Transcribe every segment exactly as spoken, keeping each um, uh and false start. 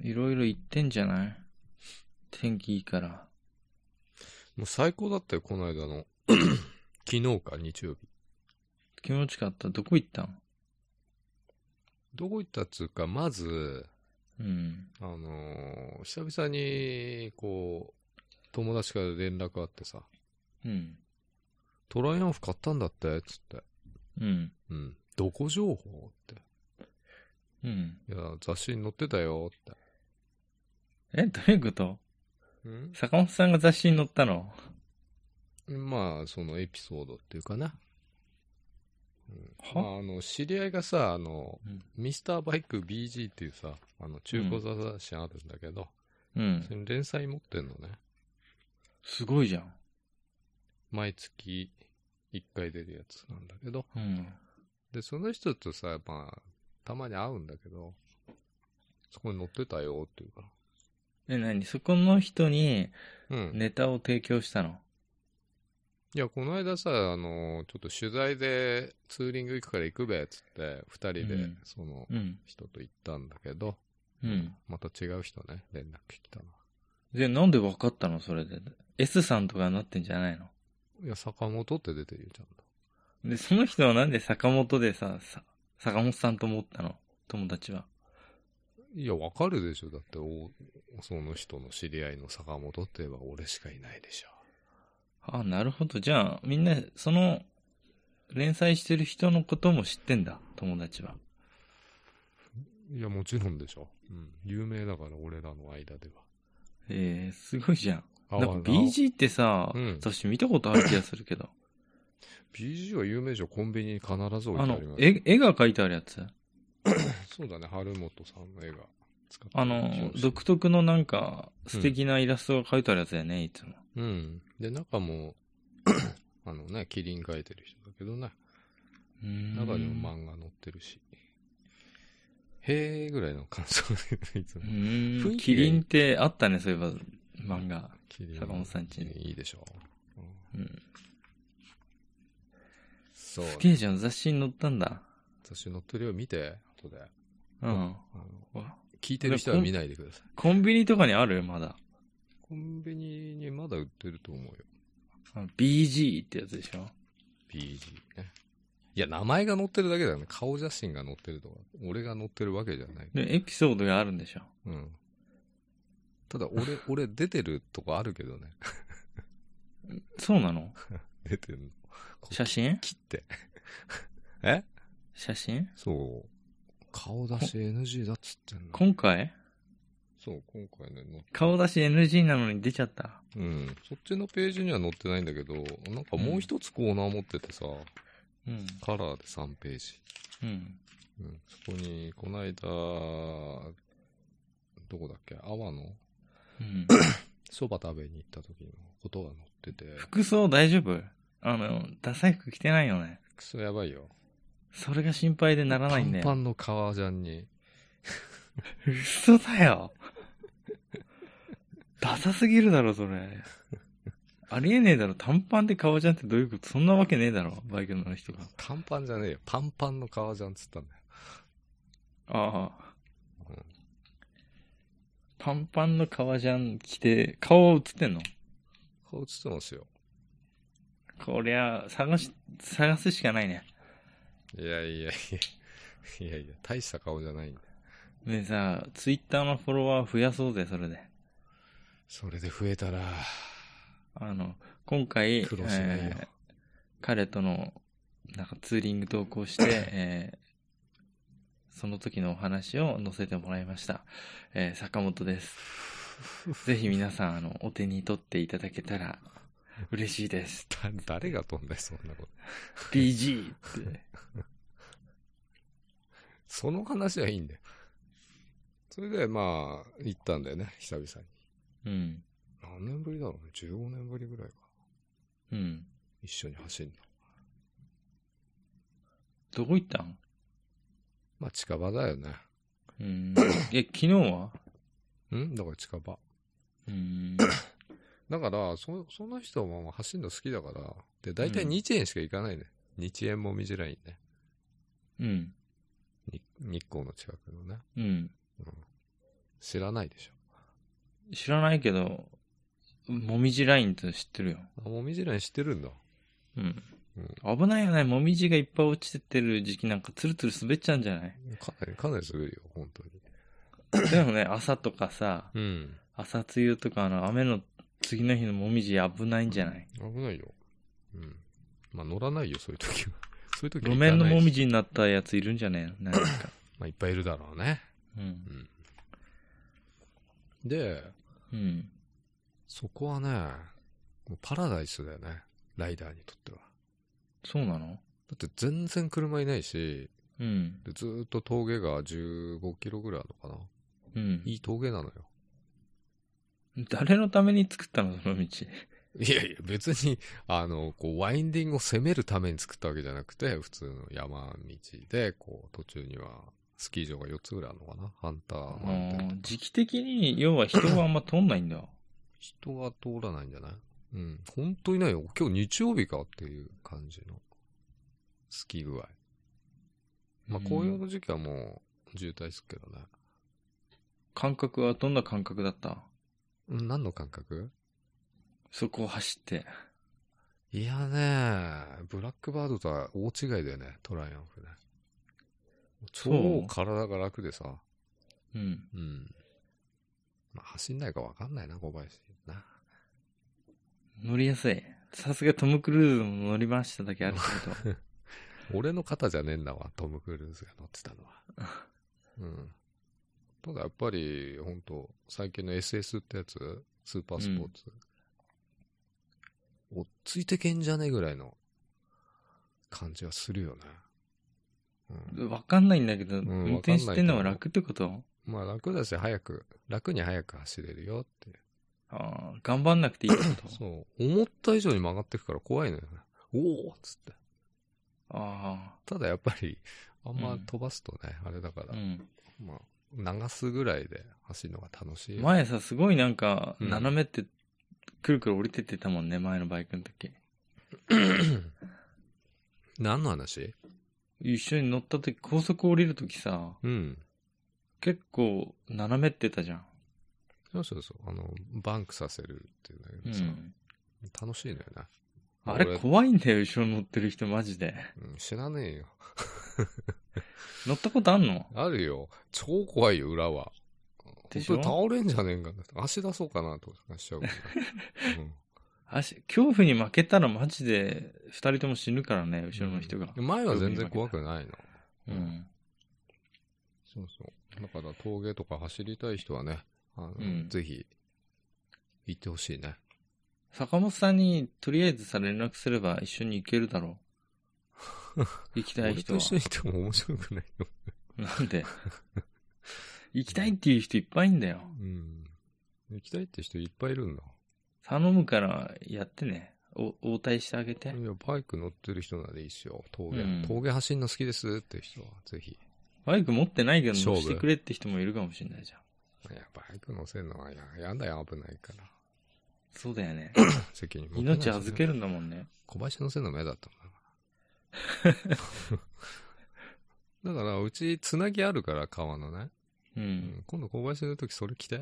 いろいろ言ってんじゃない？天気いいから。 もう最高だったよ、この間の。昨日か、日曜日。 気持ちかった。どこ行ったん？ どこ行ったっつうか、まず、 うん。 あのー、久々に、こう、友達から連絡あってさ、 うん。 トライアンフ買ったんだって、つって。 うん。 うん。どこ情報って。 うん。 いや、雑誌に載ってたよ、って。 え、どういうこと？ ん坂本さんが雑誌に載ったの？ まあ、そのエピソードっていうかな。うん、まあ、 は？ あの、知り合いがさ、あの、 うん。 ミスターバイク ビージー っていうさ、あの、中古雑誌あるんだけど、 うん。 それに連載持ってんのね。 すごいじゃん。 毎月いっかい出るやつなんだけど。 うん。 で、その人とさ、まあ、たまに会うんだけど、そこに載ってたよっていうから。 え、何そこの人にうん。 ネタを提供したの？ いや、この間さ、あの、ちょっと取材でツーリング行くから行くべっつって、二人でうん、 そのうん。 人と行ったんだけど、 うん。 また違う人ね、連絡来たの。 で、なんで分かったのそれで。S さんとかなってんじゃないの？ いや、坂本って出てるよ、ちゃんと。 で、その人はなんで坂本でさ、さ坂本さんと思ったの？友達は。 いや、わかるでしょ。だって、お、その人の知り合いの坂本って言えば俺しかいないでしょ。 あ、なるほど。じゃあ、みんな、その、連載してる人のことも知ってんだ、友達は。 いや、もちろんでしょ。うん。有名だから、俺らの間では。 ええー、すごいじゃん。 あ、 なんか ビージー ってさ、 うん。 私見たことある気がするけど。 ビージー は有名でしょ。コンビニに必ず置いあのてあります。 絵、絵が描いてあるやつ。 そうだね、春元さんの絵が使ってあの、 る表紙独特のなんか、素敵なイラストが描いてあるやつだよね、いつも。 うん。で、中も、あのね、キリン描いてる人だけどね。 うーん。 中にも漫画載ってるし。へーぐらいの感想で、いつも。 うーん。 雰囲気キリンっがいい。 てあったね、そういえば、漫画。 キリン坂本さんちに。 いいでしょ。うん、 うん。 そう。 すげえじゃん、雑誌に載ったんだ。 雑誌載ってるよ、見て、後で。 うん。 あの聞いてる人は見ないでください。 コンビニとかにある？まだ。 コンビニにまだ売ってると思うよ。 ビージー ってやつでしょ？ ビージー ね。いや、名前が載ってるだけだよね。顔写真が載ってるとか。俺が載ってるわけじゃない。 で、エピソードがあるんでしょ？ うん。ただ、俺、俺出てるとこあるけどね。 そうなの？ 出てるの。 写真？ 切って。え？ 写真？ そう。顔出し エヌジー だっつってんの。 今回？ そう、今回ね。 顔出し エヌジー なのに出ちゃった。 うん。そっちのページには載ってないんだけど、なんかもう一つコーナー持っててさ、 うん。 カラーでさんページ。 うん。 うん。そこに、この間、どこだっけ？阿波のうん。 蕎麦食べに行った時のことが載ってて。 服装大丈夫？あの、ダサい服着てないよね。 クソやばいよ。 それが心配でならないんだよ。 パンパンの革ジャンに。 嘘だよ。ダサすぎるだろ、それ。ありえねえだろ。短パンで革ジャンってどういうこと？そんなわけねえだろ、バイクの人が。 短パンじゃねえよ。パンパンの革ジャンっつったんだよ。 ああ。 うん、 パンパンの革ジャン着て、顔映ってんの？ 顔映ってますよ。 こりゃ、探し、探すしかないね。 いやいやいや。いやいや、大した顔じゃないんだよ。 でさ、ツイッターのフォロワー増やそうぜ、それで。 それで増えたら、 あの、今回、 苦労しないよ。 えー彼との、なんかツーリング投稿して、えーその時のお話を載せてもらいました。えー坂本です。ぜひ皆さん、あの、お手に取っていただけたら嬉しいです。 だ誰が飛んだよ、そんなこと。 ビージー って。 その話はいいんだよ。それで、まあ、行ったんだよね、久々に。 うん。 何年ぶりだろうね、じゅうごねんぶりぐらいか。 うん。 一緒に走るの。 どこ行ったん？ まあ、近場だよね。 うん。え、昨日は？ んだから近場。 うん。 だから、そ、その人も走るの好きだから、で、大体日円しか行かないね。うん、日円も見づらいね。 うん。 に日光の近くのね。 うん。 うん。 知らないでしょ。 知らないけど、もみじラインって知ってるよ。 あ、もみじライン知ってるんだ。 うん。 うん、 危ないよね。もみじがいっぱい落ちてってる時期なんかツルツル滑っちゃうんじゃない？ かなり、かなり滑るよ、本当に。 でもね、朝とかさ、 うん。 朝露とかあの雨の次の日のもみじ危ないんじゃない？ 危ないよ。うん。まあ乗らないよ、そういう時は。そういう時は路行かないし。 面のもみじになったやついるんじゃねえの？何か。 まあいっぱいいるだろうね。 うん。 うん。で、 うん。 そこはね、もうパラダイスだよね。ライダーにとっては。 そうなの？ だって全然車いないし、 うん。 でずーっと峠がじゅうごキロぐらいあるのかな。 うん。 いい峠なのよ。 誰のために作ったのその道。 いやいや、別に、あの、こう、ワインディングを攻めるために作ったわけじゃなくて、普通の山道で、こう、途中には、スキー場がよっつぐらいあるのかな。ハンターマウンテンとか。 時期的に、要は人があんま通んないんだ。 人が通らないんじゃない？うん。本当にないよ。今日日曜日かっていう感じの、スキー具合。まあ、紅葉の時期はもう、渋滞するけどね。 感覚はどんな感覚だった？ うん、何の感覚？ そこを走って。 いやね、ブラックバードとは大違いだよね、トライアンフね。超体が楽でさ。 うん。 うん。まあ、走んないか分かんないな、小林。な。 乗りやすい。さすがトム・クルーズも乗りましただけあるけど。 俺の肩じゃねえんだわ、トム・クルーズが乗ってたのは。うん。ただやっぱり、ほんと、最近の エスエス ってやつ、スーパースポーツ。うん、追っついてけんじゃねえぐらいの感じはするよね。 うん、わかんないんだけど、うん、運転してんのは楽ってこと？ まあ楽だし、早く、楽に早く走れるよって。 ああ、頑張んなくていいってこと？ そう。思った以上に曲がってくから怖いのよね。おーっつって。 ああ。 ただやっぱり、あんま飛ばすとね、うん、あれだから、うん、まあ、流すぐらいで走るのが楽しい、ね。 前さ、すごいなんか、斜めって、くるくる降りてってたもんね、前のバイクの時。 何の話？ 一緒に乗った時、高速降りる時さ、 うん。 結構、斜めってたじゃん。 そうそうそう。あの、バンクさせるっていうんだけどさ、うん、楽しいのよね。 あれ怖いんだよ、後ろ乗ってる人マジで。 うん、知らねえよ。 乗ったことあんの？ あるよ。超怖いよ、裏は。 でしょ？ 本当に倒れんじゃねえんかな。足出そうかなとかしちゃうから、うん。 足、恐怖に負けたらマジで二人とも死ぬからね、後ろの人が。 うん、前は全然怖くないの。 うん。 そうそう。だから峠とか走りたい人はね、あの、うん、ぜひ、行ってほしいね。 坂本さんにとりあえずさ連絡すれば一緒に行けるだろう。行きたい人は。 俺と一緒に行っても面白くないよ。 なんで？行きたいっていう人いっぱいいんだよ。 うん。行きたいって人いっぱいいるんだ。 頼むからやってね。お応対してあげて。 いや、バイク乗ってる人ならいいっすよ。峠。うん、峠走るの好きですって人は、ぜひ。 バイク持ってないけど乗してくれって人もいるかもしれないじゃん。 いや、バイク乗せるのはや、やだよ、危ないから。 そうだよね。 責任持ってない、ね。命預けるんだもんね。 小林乗せるのも嫌だったんだから。だから、うち、つなぎあるから、川のね。 うん。うん、 今度小林の時それ着て。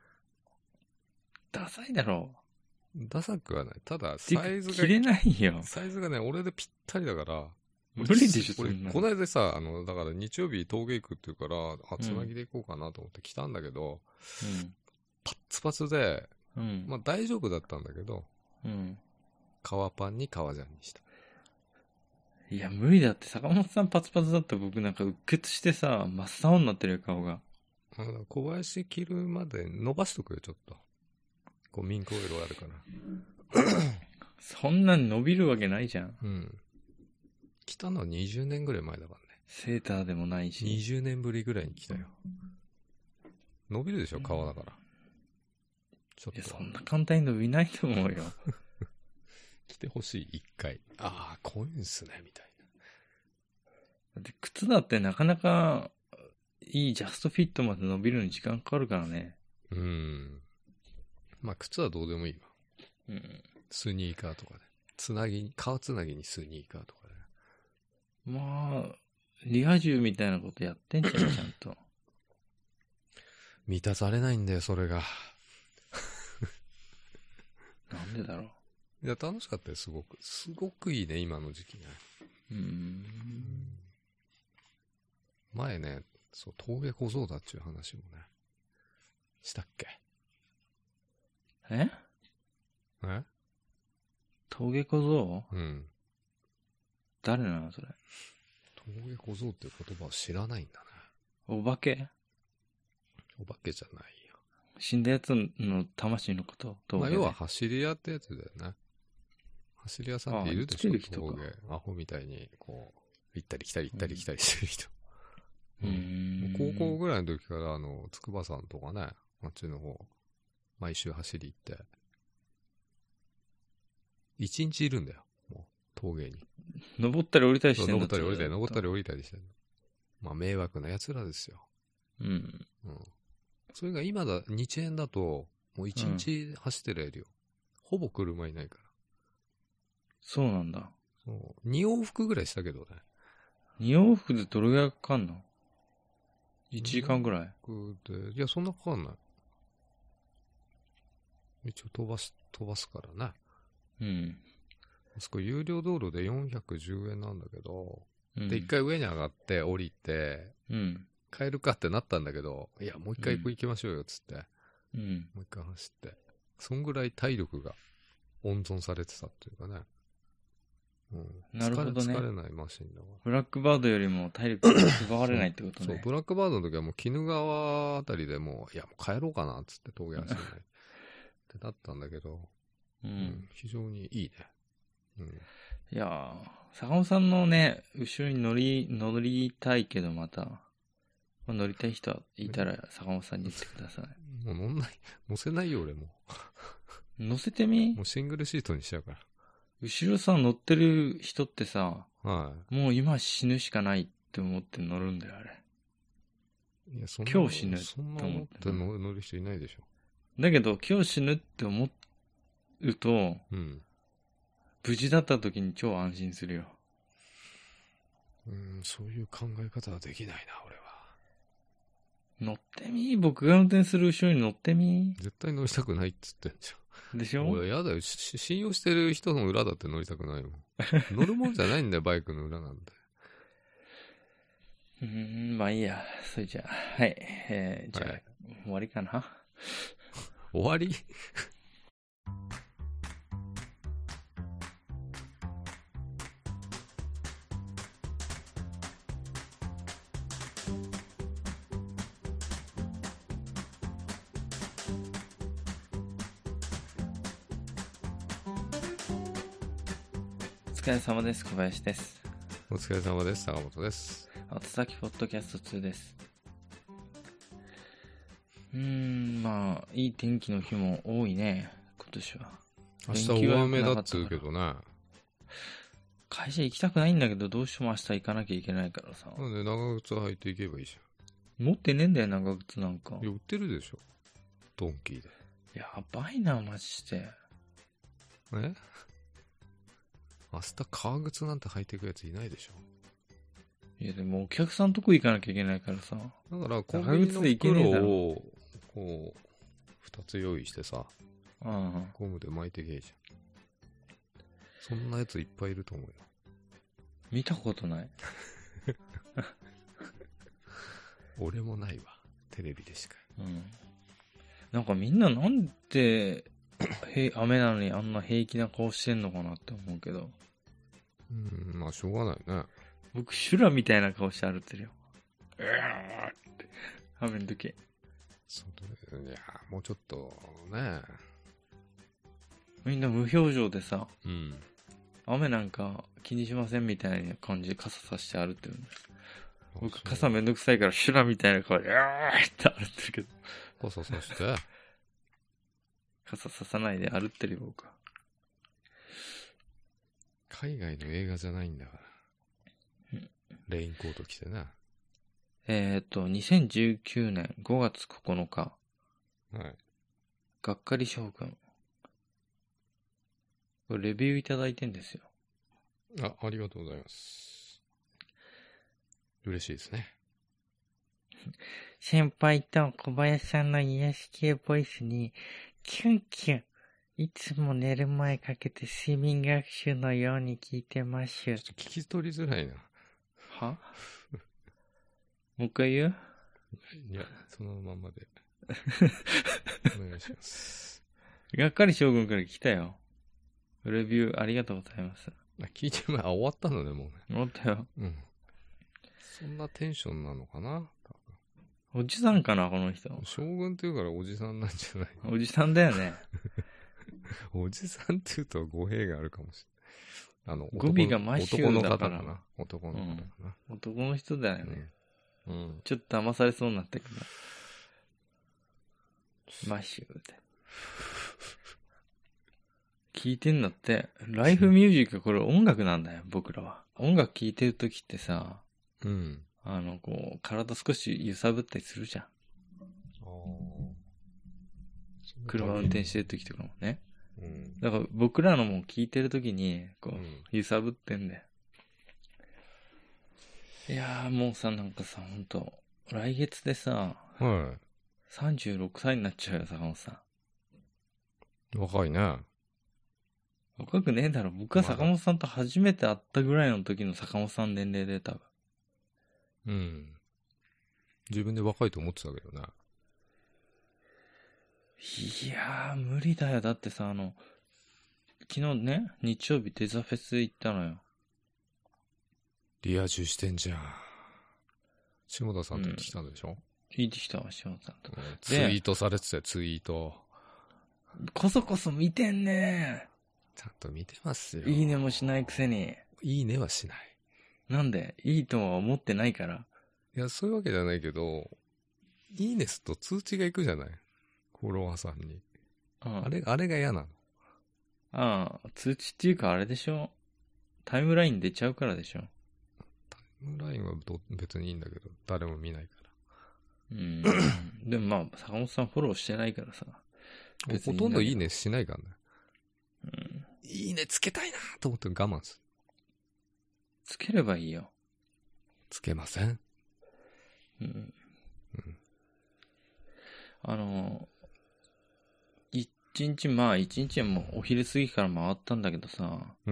ダサいだろう。ダサくはない。ただ、サイズが。 着れないよ。 サイズがね、俺でぴったりだから。 無理でしょ、それ。俺、この間さ、あの、だから日曜日峠行くっていうから、あ、つなぎで行こうかなと思って来たんだけど、うん、パッツパツで、うん、まあ大丈夫だったんだけど、うん、革パンに革ジャンにした。 いや、無理だって。坂本さんパツパツだったら僕なんかうっ血してさ、真っ青になってるよ、顔が。 あの小林着るまで伸ばしとくよ、ちょっと。こう、ミンクオイルあるから。 そんなに伸びるわけないじゃん。 うん。着たのはにじゅうねんぐらい前だからね。 セーターでもないし。 にじゅうねんぶりぐらいに着たよ。伸びるでしょ、革だから。 ちょっと。いや、そんな簡単に伸びないと思うよ。 着てほしい、一回。ああ、こういうんすね、みたいな。 だって靴だってなかなかいいジャストフィットまで伸びるのに時間かかるからね。 うん。まあ、靴はどうでもいいわ。 うん。 スニーカーとかで。つなぎに、革つなぎにスニーカーとかで。 まあ、リア充みたいなことやってんじゃん、ちゃんと。 満たされないんだよ、それが。 なんでだろいや、楽しかったよ、すごく。すごくいいね、今の時期ね。 う。うーん。 前ね、そう、峠小僧だっていう話もね、したっけ？ ええ峠小僧？ うん。 誰なのそれ。 峠小僧っていう言葉を知らないんだね。 お化け？ お化けじゃないよ。 死んだやつの魂のこと？ まあ、 峠で。 要は走り屋ってやつだよね。走り屋さんっているでしょ、 ああ生きてる人か峠。アホみたいに、こう、行ったり来たり行ったり来たりしてる人。 うーん。 高校ぐらいの時から、あの、筑波山とかね、あっちの方、毎週走り行って、一日いるんだよ、もう、峠に。 登ったり降りたりしてんだ。 登ったり降りたり、登ったりり。 降りたりしてるの。まあ、迷惑な奴らですよ。 うん。 うん。それが今だ、日円だと、もう一日走ってられるよ。ほぼ車いないから。 そうなんだ。 そう。二往復ぐらいしたけどね。 二往復でどれぐらいかかんの？いちじかんぐらい。 で、いや、そんなかかんない。一応飛ばす、飛ばすからね。 うん。 あそこ有料道路でよんひゃくじゅうえんなんだけど、 うん、 で、一回上に上がって降りて、 うん。 帰るかってなったんだけど、いや、もう一回行きましょうよ、つって。 うん。 もう一回走って。そんぐらい体力が温存されてたっていうかね。うん、 なるほどね。 疲れ、疲れないマシンだわ。 ブラックバードよりも体力が奪われないってことね。 そう、ブラックバードの時はもう鬼怒川あたりでもう、いや、もう帰ろうかな、つって峠走れない。ってなったんだけど、 うん、 うん、非常にいいね。うん、 いやー、坂本さんのね、後ろに乗り、乗りたいけどまた、まあ、乗りたい人いたら坂本さんに言ってください。 もう乗んない、乗せないよ俺も。 乗せてみ？ もうシングルシートにしちゃうから。 後ろさ、乗ってる人ってさ、 はい。 もう今死ぬしかないって思って乗るんだよ、あれ。 いや、そんな、 今日死ぬそんな思って乗乗る人いないでしょ。 だけど、今日死ぬって思うと、 うん。 無事だった時に超安心するよ。 うん、そういう考え方はできないな、俺は。 乗ってみ？僕が運転する後ろに乗ってみ？ 絶対乗りたくないっつってんじゃん。 でしょ？ 俺やだよ。信用してる人の裏だって乗りたくないもん。乗るもんじゃないんだよ、バイクの裏なんて。 うーん、まあいいや。それじゃあ、はい。えー、じゃあ、はい、終わりかな。 終わりお疲れ様です。小林です。 お疲れ様です。坂本です。 後先ポッドキャストツーです。うーん、まあ、いい天気の日も多いね、今年は。 明日大雨だっつうけどね。 会社行きたくないんだけど、どうしても明日行かなきゃいけないからさ。 なんで長靴履いていけばいいじゃん。持ってねえんだよ、長靴なんか。 いや、売ってるでしょ。ドンキーで。 やばいな、マジで。 え明日革靴なんて履いていくやついないでしょ。 いやでもお客さんとこ行かなきゃいけないからさ。 だからコンビニの袋をこう二つ用意してさ、 うん、 ゴムで巻いてけえじゃん。そんなやついっぱいいると思うよ。 見たことない。 俺もないわ。テレビでしか。 うん。なんかみんななんでへ雨なのにあんな平気な顔してんのかなって思うけど。 うん、まあしょうがないね。 僕、修羅みたいな顔して歩ってるよ。うわーって。雨の時。 そうだね。いや、もうちょっとね。 みんな無表情でさ、 うん、 雨なんか気にしませんみたいな感じで傘さして歩ってるんだよ。僕、傘めんどくさいから修羅みたいな顔で、うわーって歩ってるけど。 傘さして。 傘ささないで歩ってるよ、僕は。 海外の映画じゃないんだから。うん、レインコート着てな。 えっと、にせんじゅうきゅうねんごがつここのか。 はい。 がっかり将軍。これレビューいただいてんですよ。 あ、ありがとうございます。嬉しいですね。 先輩と小林さんの癒し系ボイスに、キュンキュン。いつも寝る前かけて睡眠学習のように聞いてます。 ちょっと聞き取りづらいな。 はもう一回言う？ いや、そのままで。お願いします。 がっかり将軍から来たよ。レビューありがとうございます。 あ、聞いても、あ、終わったのね、もうね。 終わったよ。 うん。そんなテンションなのかな？ おじさんかな、この人。 将軍って言うからおじさんなんじゃない？ おじさんだよね。 おじさんって言うと語弊があるかもしれない。あの、 語尾がマッシュ男のだから方かな。男の方かな。 うん、男の人だよね。 うん。うん、 ちょっと騙されそうになったけど。マッシュで。聞いてんだって。ライフミュージック、これ音楽なんだよ、僕らは。音楽聴いてるときってさ、 うん。 あの、こう、体少し揺さぶったりするじゃん。 あ車運転してるときとかもね。 うん。 だから僕らのも聴いてるときに、こう、 うん、 揺さぶってんだよ。いやーもうさ、なんかさ、ほんと、来月でさ、 はい。 さんじゅうろくさいになっちゃうよ、坂本さん。若いね。 若くねえだろ。僕は坂本さんと初めて会ったぐらいの時の坂本さん年齢で多分。 うん。自分で若いと思ってたけどね。 いやー、無理だよ。だってさ、あの、昨日ね、日曜日デザフェス行ったのよ。 リア充してんじゃん。下田さんと来たんでしょ、うん、 聞いてきたわ、下田さんと。 ツイートされてたよ、ツイート。 こそこそ見てんねちゃんと見てますよ。 いいねもしないくせに。 いいねはしない。 なんでいいとは思ってないから。 いや、そういうわけじゃないけど、いいねすと通知が行くじゃない。フォロワーさんに。うん、あれ、あれが嫌なの。 ああ、通知っていうかあれでしょ。タイムライン出ちゃうからでしょ。 タイムラインは別にいいんだけど、誰も見ないから。 うん。でもまあ、坂本さんフォローしてないからさ。 ほとんどいいねしないからね。 うん。 いいねつけたいなと思って我慢する。 つければいいよ。 つけません。 うん。うん、あの、一日、まあ一日はもうお昼過ぎから回ったんだけどさ。 うん。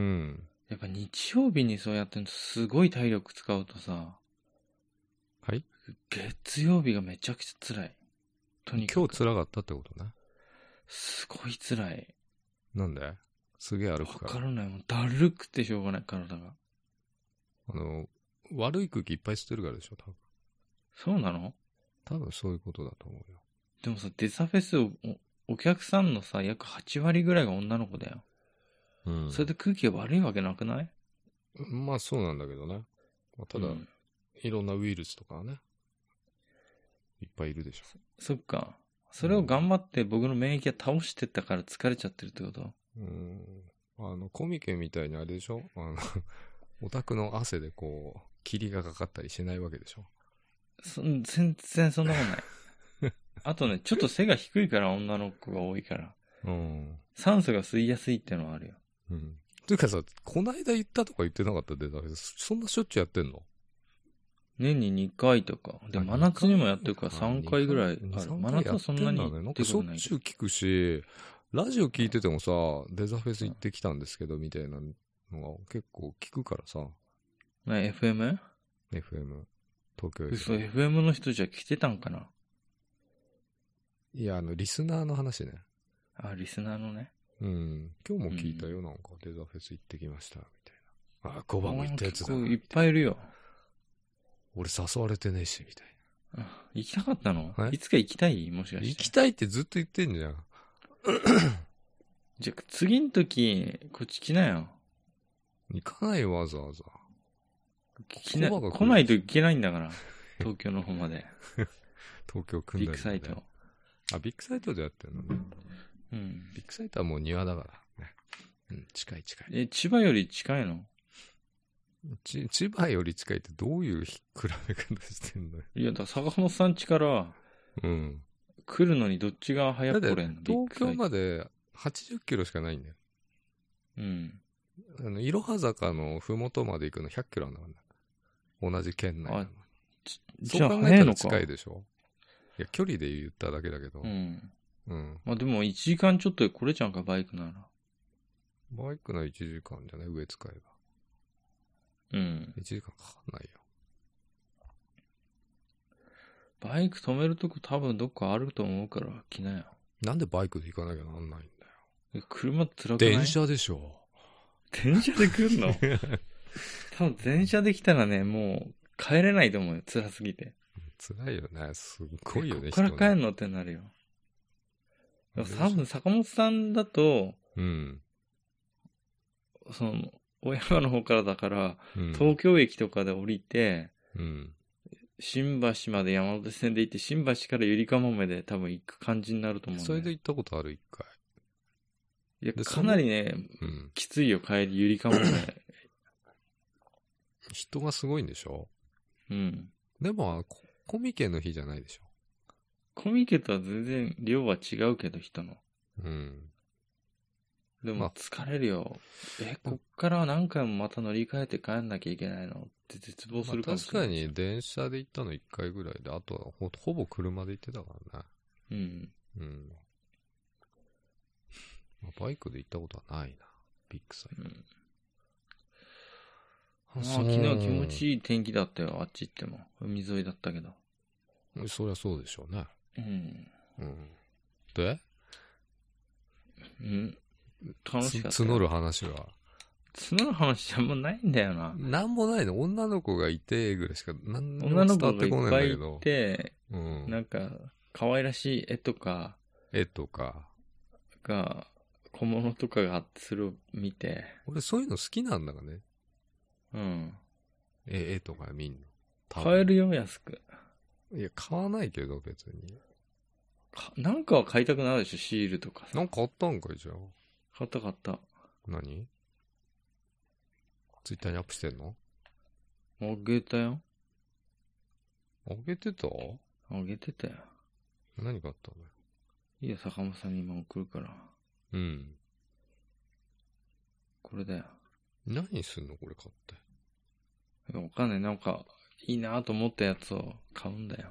やっぱ日曜日にそうやってんとすごい体力使うとさ。 はい。 月曜日がめちゃくちゃ辛い。とにかく。 今日辛かったってことね。 すごい辛い。 なんですげえ歩くから。 わからない。もうだるくてしょうがない、体が。 あの、悪い空気いっぱい吸ってるからでしょ、多分。 そうなの？ 多分そういうことだと思うよ。 でもさ、デザフェス お, お客さんのさ、約はち割ぐらいが女の子だよ。うん。それで空気が悪いわけなくない？ まあそうなんだけどね。まあ、ただ、うん、いろんなウイルスとかね、いっぱいいるでしょ。 そ, そっか。それを頑張って僕の免疫が倒してったから疲れちゃってるってこと？ うん。あの、コミケみたいにあれでしょ？あの、オタクの汗でこう、霧がかかったりしないわけでしょ？ そ全然そんなことない。あとね、ちょっと背が低いから女の子が多いから。うん。酸素が吸いやすいってのはあるよ。 うん。というかさ、こないだ言ったとか言ってなかったで、そんなしょっちゅうやってんの？ 年ににかいとか。で、真夏にもやってるからさんかいぐらいある。真夏はそんなにね。なんかしょっちゅう聞くし、ラジオ聞いててもさ、デザフェス行ってきたんですけど、みたいなのが結構聞くからさ。 ね、エフエム？ エフエム。東京 エフエム。 嘘、エフエム の人じゃ来てたんかな？ いや、あの、リスナーの話ね。 あ、リスナーのね。 うん。今日も聞いたよ、うん、なんか、デザフェス行ってきました、みたいな。あ、ごばんも行ったやつだな。 いっぱいいるよ。 俺誘われてねえし、みたいな。行きたかったの？いつか行きたい？もしかして。 行きたいってずっと言ってんじゃん。 じゃあ、次の時、こっち来なよ。 行かないよ、わざわざ。 来な、来ないといけないんだから。東京の方まで。 東京組んだ、 ね、ビッグサイト。 あ、ビッグサイトでやってるのね。うん。ビッグサイトはもう庭だからね。うん、近い近い。 え、千葉より近いの？ ち、千葉より近いってどういう比べ方してんのよ。 いや、だから坂本さん家から、うん。来るのにどっちが早く来れんの？ 東京まではちじゅっキロしかないんだよ。うん。あの、いろは坂のふもとまで行くのひゃっキロなんだから。同じ県内なの。 じゃあそう考えたら早いのか。 近いでしょ。いや、距離で言っただけだけど。 うん。 うん。 まあでもいちじかんちょっとで来れちゃうんか、バイクなら。 バイクならいちじかんじゃない上使えうん。 ば。いちじかんかかんないよ。 バイク止めるとこ多分どっかあると思うから来なよ。 なんでバイクで行かなきゃなんないんだよ。 え車って辛くない？ 電車でしょ。 電車で来るの？多分電車で来たらね、もう帰れないと思うよ。辛すぎて。 辛いよね。すっごいよね。 こっから帰人ねんのってなるよ。でも多分坂本さんだと、 うん。 その、小山の方からだから、 うん、 東京駅とかで降りて、 うん。 新橋まで山手線で行って、新橋からゆりかもめで多分行く感じになると思うんだよ。 それで行ったことある一回。 いや、 でかなりね、 うん。 きついよ、帰りゆりかもめ。 人がすごいんでしょ。 うん。 でも、ココミケの日じゃないでしょ。 コミケとは全然量は違うけど、人の。 うん。 でもまあ疲れるよ。え、こっから何回もまた乗り換えて帰んなきゃいけないのって絶望するかもしれない。 まあ確かに電車で行ったの一回ぐらいで、あとはほほぼ車で行ってたからね。 うん。 うん。まあ、バイクで行ったことはないな。ビッグサイト。 うん。 あまあ、昨日気持ちいい天気だったよ、あっち行っても。海沿いだったけど。 そりゃそうでしょうね。 うん。 うん。でうん。楽しかったよ。 募る話は。 募る話あんまないんだよな。 なんもないの。女の子がいてぐらいしか何にも女伝わの子がいっってこないんぱいいだけど。 て、 うん。 なんか、可愛らしい絵とか絵とか。 が、小物とかがあって、それを見て。 俺そういうの好きなんだがね。 うん。 絵、絵とか見んの。 買えるよ、安く。 いや、買わないけど別に。 なんかは買いたくなるでしょ、シールとかさ。 なんかあったんかいじゃあ。 買った買った。 何ツイッターにアップしてんの？ あげたよ。 あげてた？ あげてたよ。 何があったの？ いいよ、坂本さんに今送るから。 うん。 これだよ。 何すんのこれ買って。 わかんない。なんか、いいなと思ったやつを買うんだよ。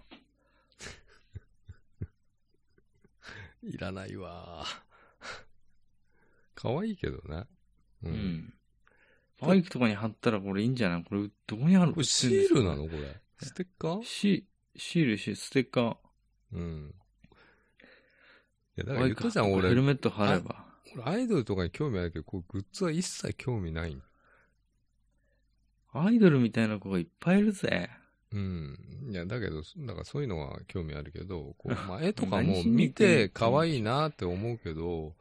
いらないわ。可愛いけどね。 うん。うん、バイクとかに貼ったらこれいいんじゃない？これ、どこにある？ これシールなのこれ。ステッカー？ シシールし、ステッカー。 うん。いや、だから言ったじゃん、俺。 ヘルメット貼れば。 俺、アイドルとかに興味あるけど、こうグッズは一切興味ない。 アイドルみたいな子がいっぱいいるぜ。 うん。いや、だけど、だからそういうのは興味あるけど、こう、まあ、絵とかも見て可愛いなって思うけど、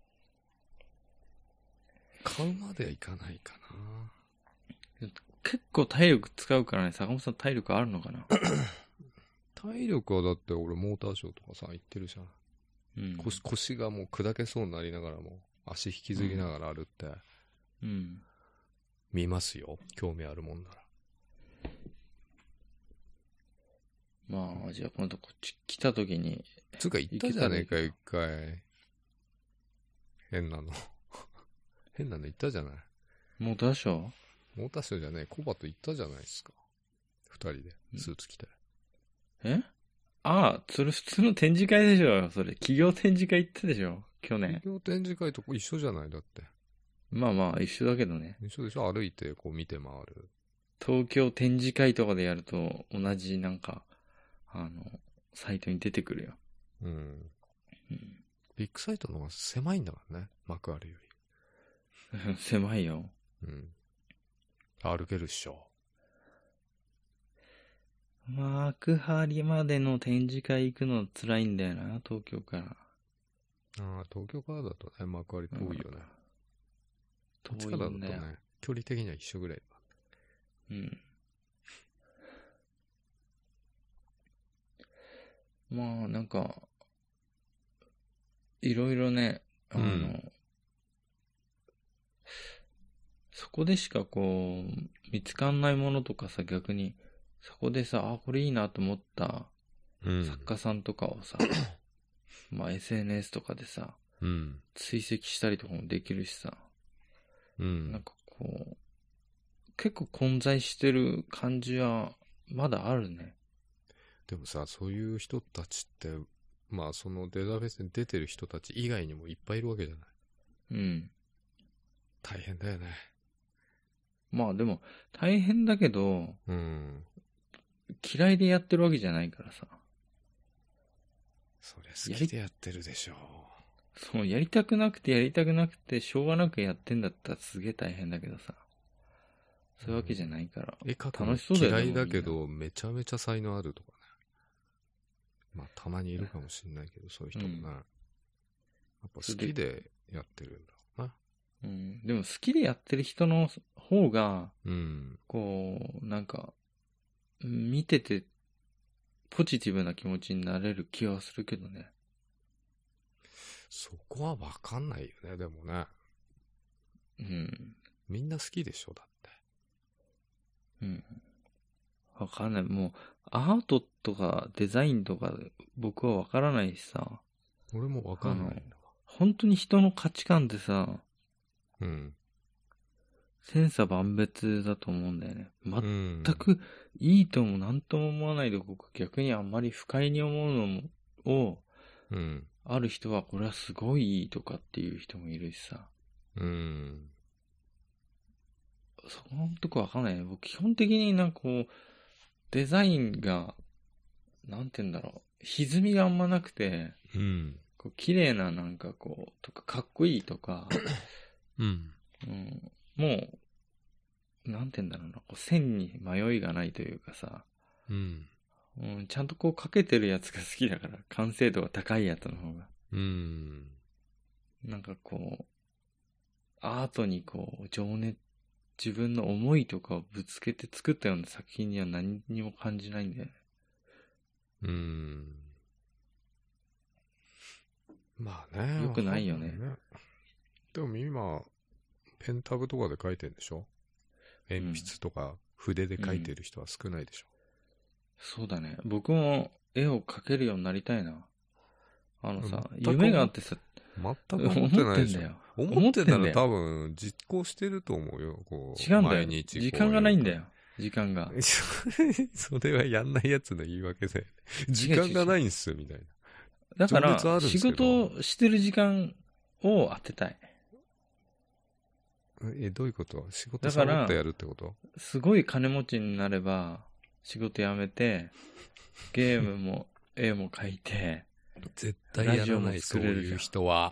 買うまではいかないかな。 結構体力使うからね、坂本さん体力あるのかな？ 体力はだって俺モーターショーとかさ、行ってるじゃん。 うん、 腰, 腰がもう砕けそうになりながらも、足引きずりながら歩って、 うん。うん、 見ますよ。興味あるもんなら。 まあ、じゃあ今度こっち来た時に。 つうか言ったじゃねえか、一回。変なの。変なの言ったじゃない。 モーターショー？ モーターショーじゃねえ、コバと言ったじゃないですか。二人で、スーツ着て。 え？ああ、それ普通の展示会でしょ。それ、企業展示会行ったでしょ。去年。 企業展示会と一緒じゃないだって。 まあまあ、一緒だけどね。 一緒でしょ。歩いてこう見て回る。 東京展示会とかでやると、同じなんか、あの、サイトに出てくるよ。 うん。うん、ビッグサイトの方が狭いんだからね。幕あるより。狭いよ。 うん。歩けるっしょ。 幕張までの展示会行くの辛いんだよな、東京から。 ああ、東京からだとね、幕張遠いよね。 うん、 遠いんだよ。だとね、距離的には一緒ぐらいだ。 うん。まあ、なんか、いろいろね、あの、うん、そこでしかこう、見つかんないものとかさ、逆に、そこでさ、あ、これいいなと思った作家さんとかをさ、うん、まあ エスエヌエス とかでさ、 うん、 追跡したりとかもできるしさ、 うん、 なんかこう、結構混在してる感じはまだあるね。 でもさ、そういう人たちって、まあそのデータベースに出てる人たち以外にもいっぱいいるわけじゃない。 うん。 大変だよね。 まあでも、大変だけど、 うん。 嫌いでやってるわけじゃないからさ。 そりゃ好きでやってるでしょそう、やりたくなくてやりたくなくて、しょうがなくやってんだったらすげえ大変だけどさ。そういうわけじゃないから。 う。絵描くの楽しそうだよね。 嫌いだけど、めちゃめちゃ才能あるとかね。まあたまにいるかもしれないけど、そういう人もね。うん、やっぱ好きでやってるんだろうな。 うん。でも好きでやってる人の方が、 うん、 こう、なんか、見てて、ポジティブな気持ちになれる気はするけどね。 そこはわかんないよね、でもね。 うん。 みんな好きでしょ、だって。 うん。わかんない。もう、アートとかデザインとか僕はわからないしさ。 俺もわかんないんだわ。 本当に人の価値観ってさ、 うん。 千差万別だと思うんだよね。全くいいとも何とも思わないで、僕逆にあんまり不快に思うのもを、 うん、 ある人はこれはすごいいいとかっていう人もいるしさ。 うん。 そこのとこわかんないね。僕基本的になんかこう、デザインが、なんて言うんだろう。歪みがあんまなくて、 うん。 こう綺麗ななんかこう、とかかっこいいとか、 うん。 うん、もう、なんて言うんだろうな。こう線に迷いがないというかさ、 うん。 うん、ちゃんとこうかけてるやつが好きだから、完成度が高いやつの方が。 うん。 なんかこう、アートにこう、情熱、自分の思いとかをぶつけて作ったような作品には何にも感じないんだよね。 うん。まあね。 よくないよね。 ねでも今、ペンタブとかで描いてるんでしょ？鉛筆とか筆で描いてる人は少ないでしょ？ うん、そうだね。僕も絵を描けるようになりたいな。あのさ、夢があってさ、 全く思ってないでしょ。思ってんなら多分実行してると思うよ。こう違うんだよ。時間がないんだよ。時間が。 それはやんないやつの言い訳で。時間がないんすよ、みたいだな。 から、仕事をしてる時間を当てたい。 え、どういうこと？仕事サボってやるってこと？ すごい金持ちになれば、仕事辞めて、ゲームも絵も描いて、 絶対やらない、そういう人は。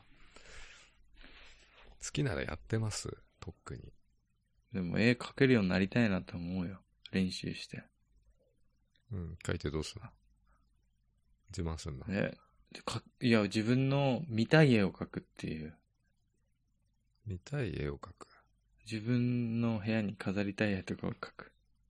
好きならやってます、とっくに。 でも絵描けるようになりたいなと思うよ。練習して。 うん、描いてどうすんの？自慢すんの？ ね。かいや、自分の見たい絵を描くっていう。 見たい絵を描く。 自分の部屋に飾りたい絵とかを描く。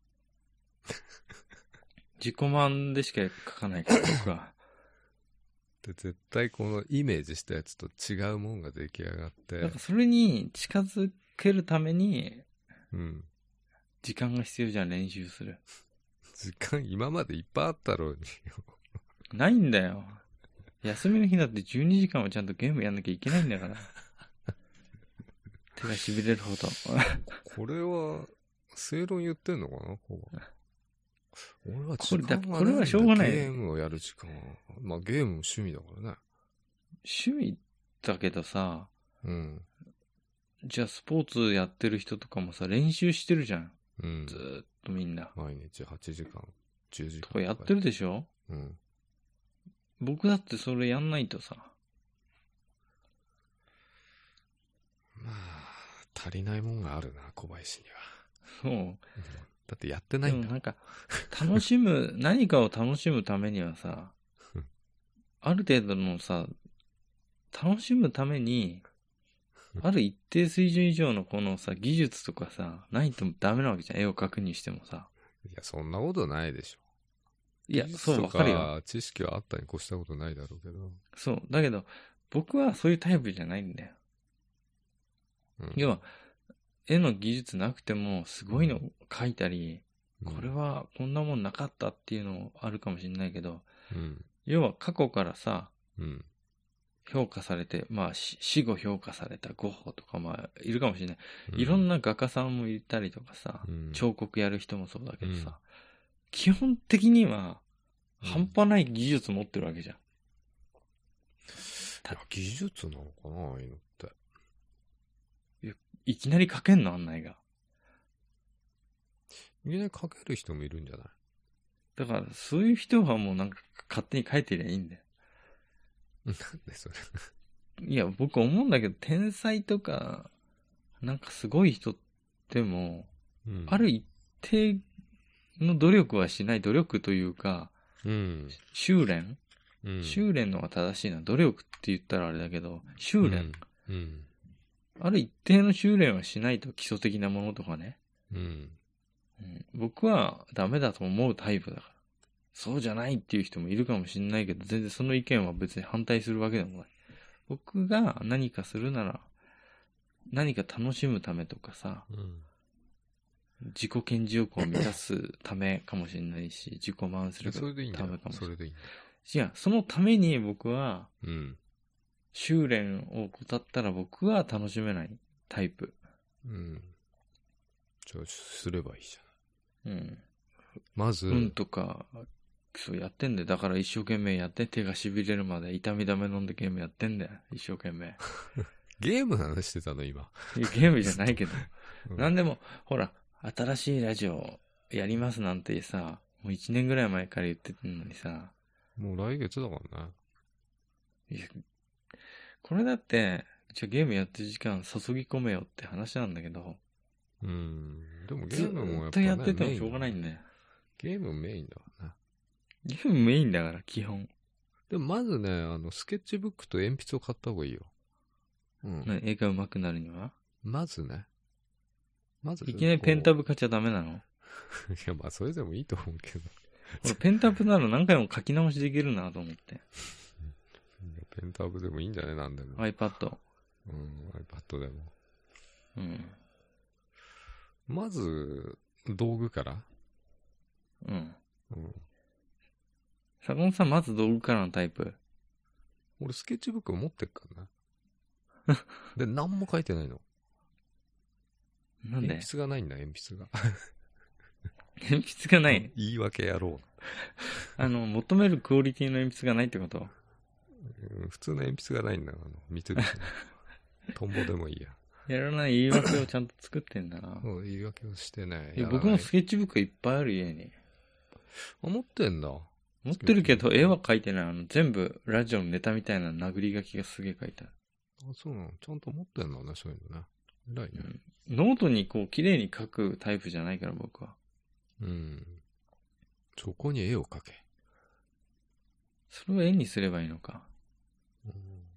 自己満でしか描かないから、僕は。 で、絶対このイメージしたやつと違うもんが出来上がって。 なんかそれに近づけるために、 うん。 時間が必要じゃん、練習する。 時間今までいっぱいあったろうに。 ないんだよ。休みの日だってじゅうにじかんはちゃんとゲームやんなきゃいけないんだから。手が痺れるほど。 これは、正論言ってんのかなこう俺は時間がないんだ。 これはしょうがない。 ゲームをやる時間は。まあゲームも趣味だからね。 趣味だけどさ、 うん。 じゃあスポーツやってる人とかもさ、練習してるじゃん。 うん。 ずーっとみんな。 毎日はちじかん、じゅうじかん。 とかやってるでしょ？ うん。僕だってそれやんないとさ。 まあ、足りないもんがあるな、小林には。 そう。うん、 だってやってないんだ。 でもなんか、楽しむ、何かを楽しむためにはさ、ある程度のさ、楽しむために、ある一定水準以上のこのさ、技術とかさ、ないとダメなわけじゃん。絵を描くにしてもさ。 いや、そんなことないでしょ。 いや、そう、わかるよ。 知識はあったに越したことないだろうけど。 そう。だけど、僕はそういうタイプじゃないんだよ。うん、要は、絵の技術なくても、すごいの描いたり、うん、これはこんなもんなかったっていうのあるかもしれないけど、うん、要は過去からさ、うん、評価されて、まあ、死後評価されたゴッホとか、まあ、いるかもしれない。うん、いろんな画家さんもいたりとかさ、うん、彫刻やる人もそうだけどさ、 基本的には、半端ない技術持ってるわけじゃん。 いや、技術なのかな、ああいうのって。 いきなり書けんのあんな絵が。 いきなり描ける人もいるんじゃない？ だから、そういう人はもうなんか勝手に書いてりゃいいんだよ。 なんでそれ。 いや、僕思うんだけど、天才とか、なんかすごい人っても、 うん、 ある一定の努力はしない、努力というか、 うん、 修練、 うん、 修練のが正しいな。努力って言ったらあれだけど、修練。 うん、うん、 ある一定の修練はしないと基礎的なものとかね。 うん、 うん、僕はダメだと思うタイプだから。そうじゃないっていう人もいるかもしれないけど、全然その意見は別に反対するわけでもない。僕が何かするなら、何か楽しむためとかさ、 うん、 自己顕示欲を満たすためかもしれないし、自己満するたそれでいいんだよ。 めかもしれない。 それでいいんだよ。 違う、そのために僕は、 うん。 修練を怠ったら僕は楽しめないタイプ。 うん。じゃあ、すればいいじうん。 ゃん。まず、 うんとか、そうやってんだよ。だから一生懸命やって、手が痺れるまで痛み止め飲んでゲームやってんだよ。一生懸命。 ゲームの話してたの、今。 いやゲームじゃないけど。 うん、 なんでも、ほら、新しいラジオやりますなんてさ、もう一年ぐらい前から言ってたのにさ。 もう来月だからね。 いや、これだって、じゃあゲームやってる時間注ぎ込めよって話なんだけど。 うん。でもゲずームもやっぱ、ね、 っとやっててもしょうがないんだよ。 ゲームメインだわね。 ゲームメインだから、基本。 でもまずね、あの、スケッチブックと鉛筆を買った方がいいよ。うん。 絵が上手くなるにはまずね。まず。 いきなりペンタブ買っちゃダメなの？ いや、まあ、それでもいいと思うけど。 俺ペンタブなら何回も書き直しできるなと思って。 ペンタブでもいいんじゃね？なんでも。 iPad。 うん、iPad でも。 うん。 まず、道具から。 うん。 うん。 坂本さん、まず道具からのタイプ。 俺、スケッチブック持ってっからな。で、何も書いてないの。 なんで？ 鉛筆がないんだ、鉛筆が。 鉛筆がない。 言い訳やろう。 あの、求めるクオリティの鉛筆がないってこと？ うん、普通の鉛筆がないんだ。あの、三菱の。トンボでもいいや。 やらない言い訳をちゃんと作ってんだな。 そう、言い訳をしてね。 いや、僕もスケッチブックいっぱいある家に。 あ、持ってんだ。 持ってるけど、絵は描いてない。あの、全部、ラジオのネタみたいな殴り書きがすげえ書いてある。 あ、そうなの。ちゃんと持ってんだね、そういうのね。偉いね。 うん、ノートにこう、綺麗に書くタイプじゃないから、僕は。 うん。そこに絵を描け。 それを絵にすればいいのか。 うん、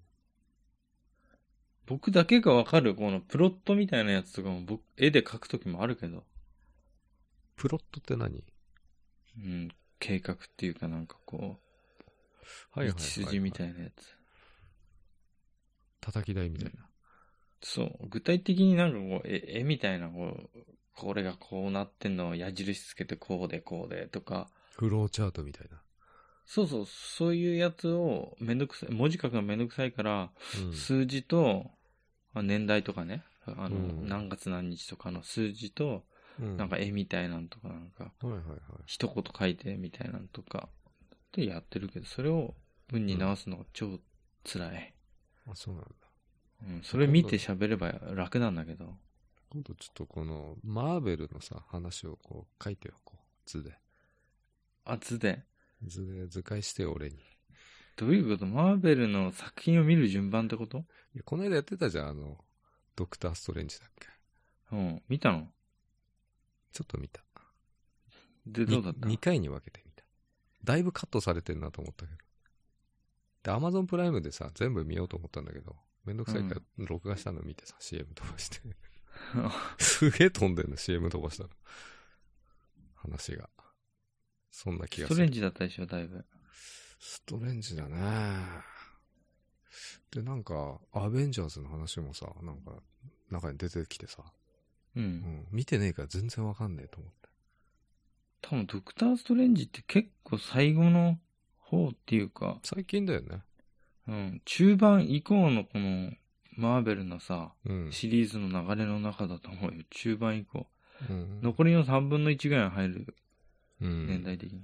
僕だけがわかる、このプロットみたいなやつとかも僕、絵で描くときもあるけど。 プロットって何？ うん、計画っていうかなんかこう、 はいはいはい、はい。 道筋みたいなやつ。 叩き台みたいな。 そう。具体的になんかこう、絵、絵みたいな、こう、これがこうなってんのを矢印つけてこうでこうでとか。 フローチャートみたいな。 そうそう、そういうやつをめんどくさい、文字書くのめんどくさいから、 うん、 数字と、年代とかね、あの、 うん、 何月何日とかの数字と、うん、なんか絵みたいなんとかなんか、 はいはいはい、 一言書いてみたいなんとか、でやってるけど、それを文に直すのが超辛い。 うん、あ、そうなんだ。 うん、それ見て喋れば楽なんだけど。 今度ちょっとこの、マーベルのさ、話をこう書いてよ、こう、図で。 あ、図で。 図で図解してよ、俺に。 どういうこと？マーベルの作品を見る順番ってこと？ いや、この間やってたじゃん、あの、ドクターストレンジだっけ。 うん、見たの？ ちょっと見た。 で、どうだった？ に 回に分けてみた。だいぶカットされてるなと思ったけど。で、アマゾンプライムでさ、全部見ようと思ったんだけど、めんどくさいから録画したの見てさ、うん、シーエム 飛ばして。すげえ飛んでんの、シーエム 飛ばしたの。話が。そんな気がする。 ストレンジだったでしょ、だいぶ。 ストレンジだね。で、なんか、アベンジャーズの話もさ、なんか、中に出てきてさ、 うん。 うん、見てねえから全然わかんねえと思って。 多分、ドクターストレンジって結構最後の方っていうか、 最近だよね。 うん。中盤以降のこの、マーベルのさ、 うん、 シリーズの流れの中だと思うよ。中盤以降。 うん、 残りのさんぶんのいちぐらい入るうん、 年代的に。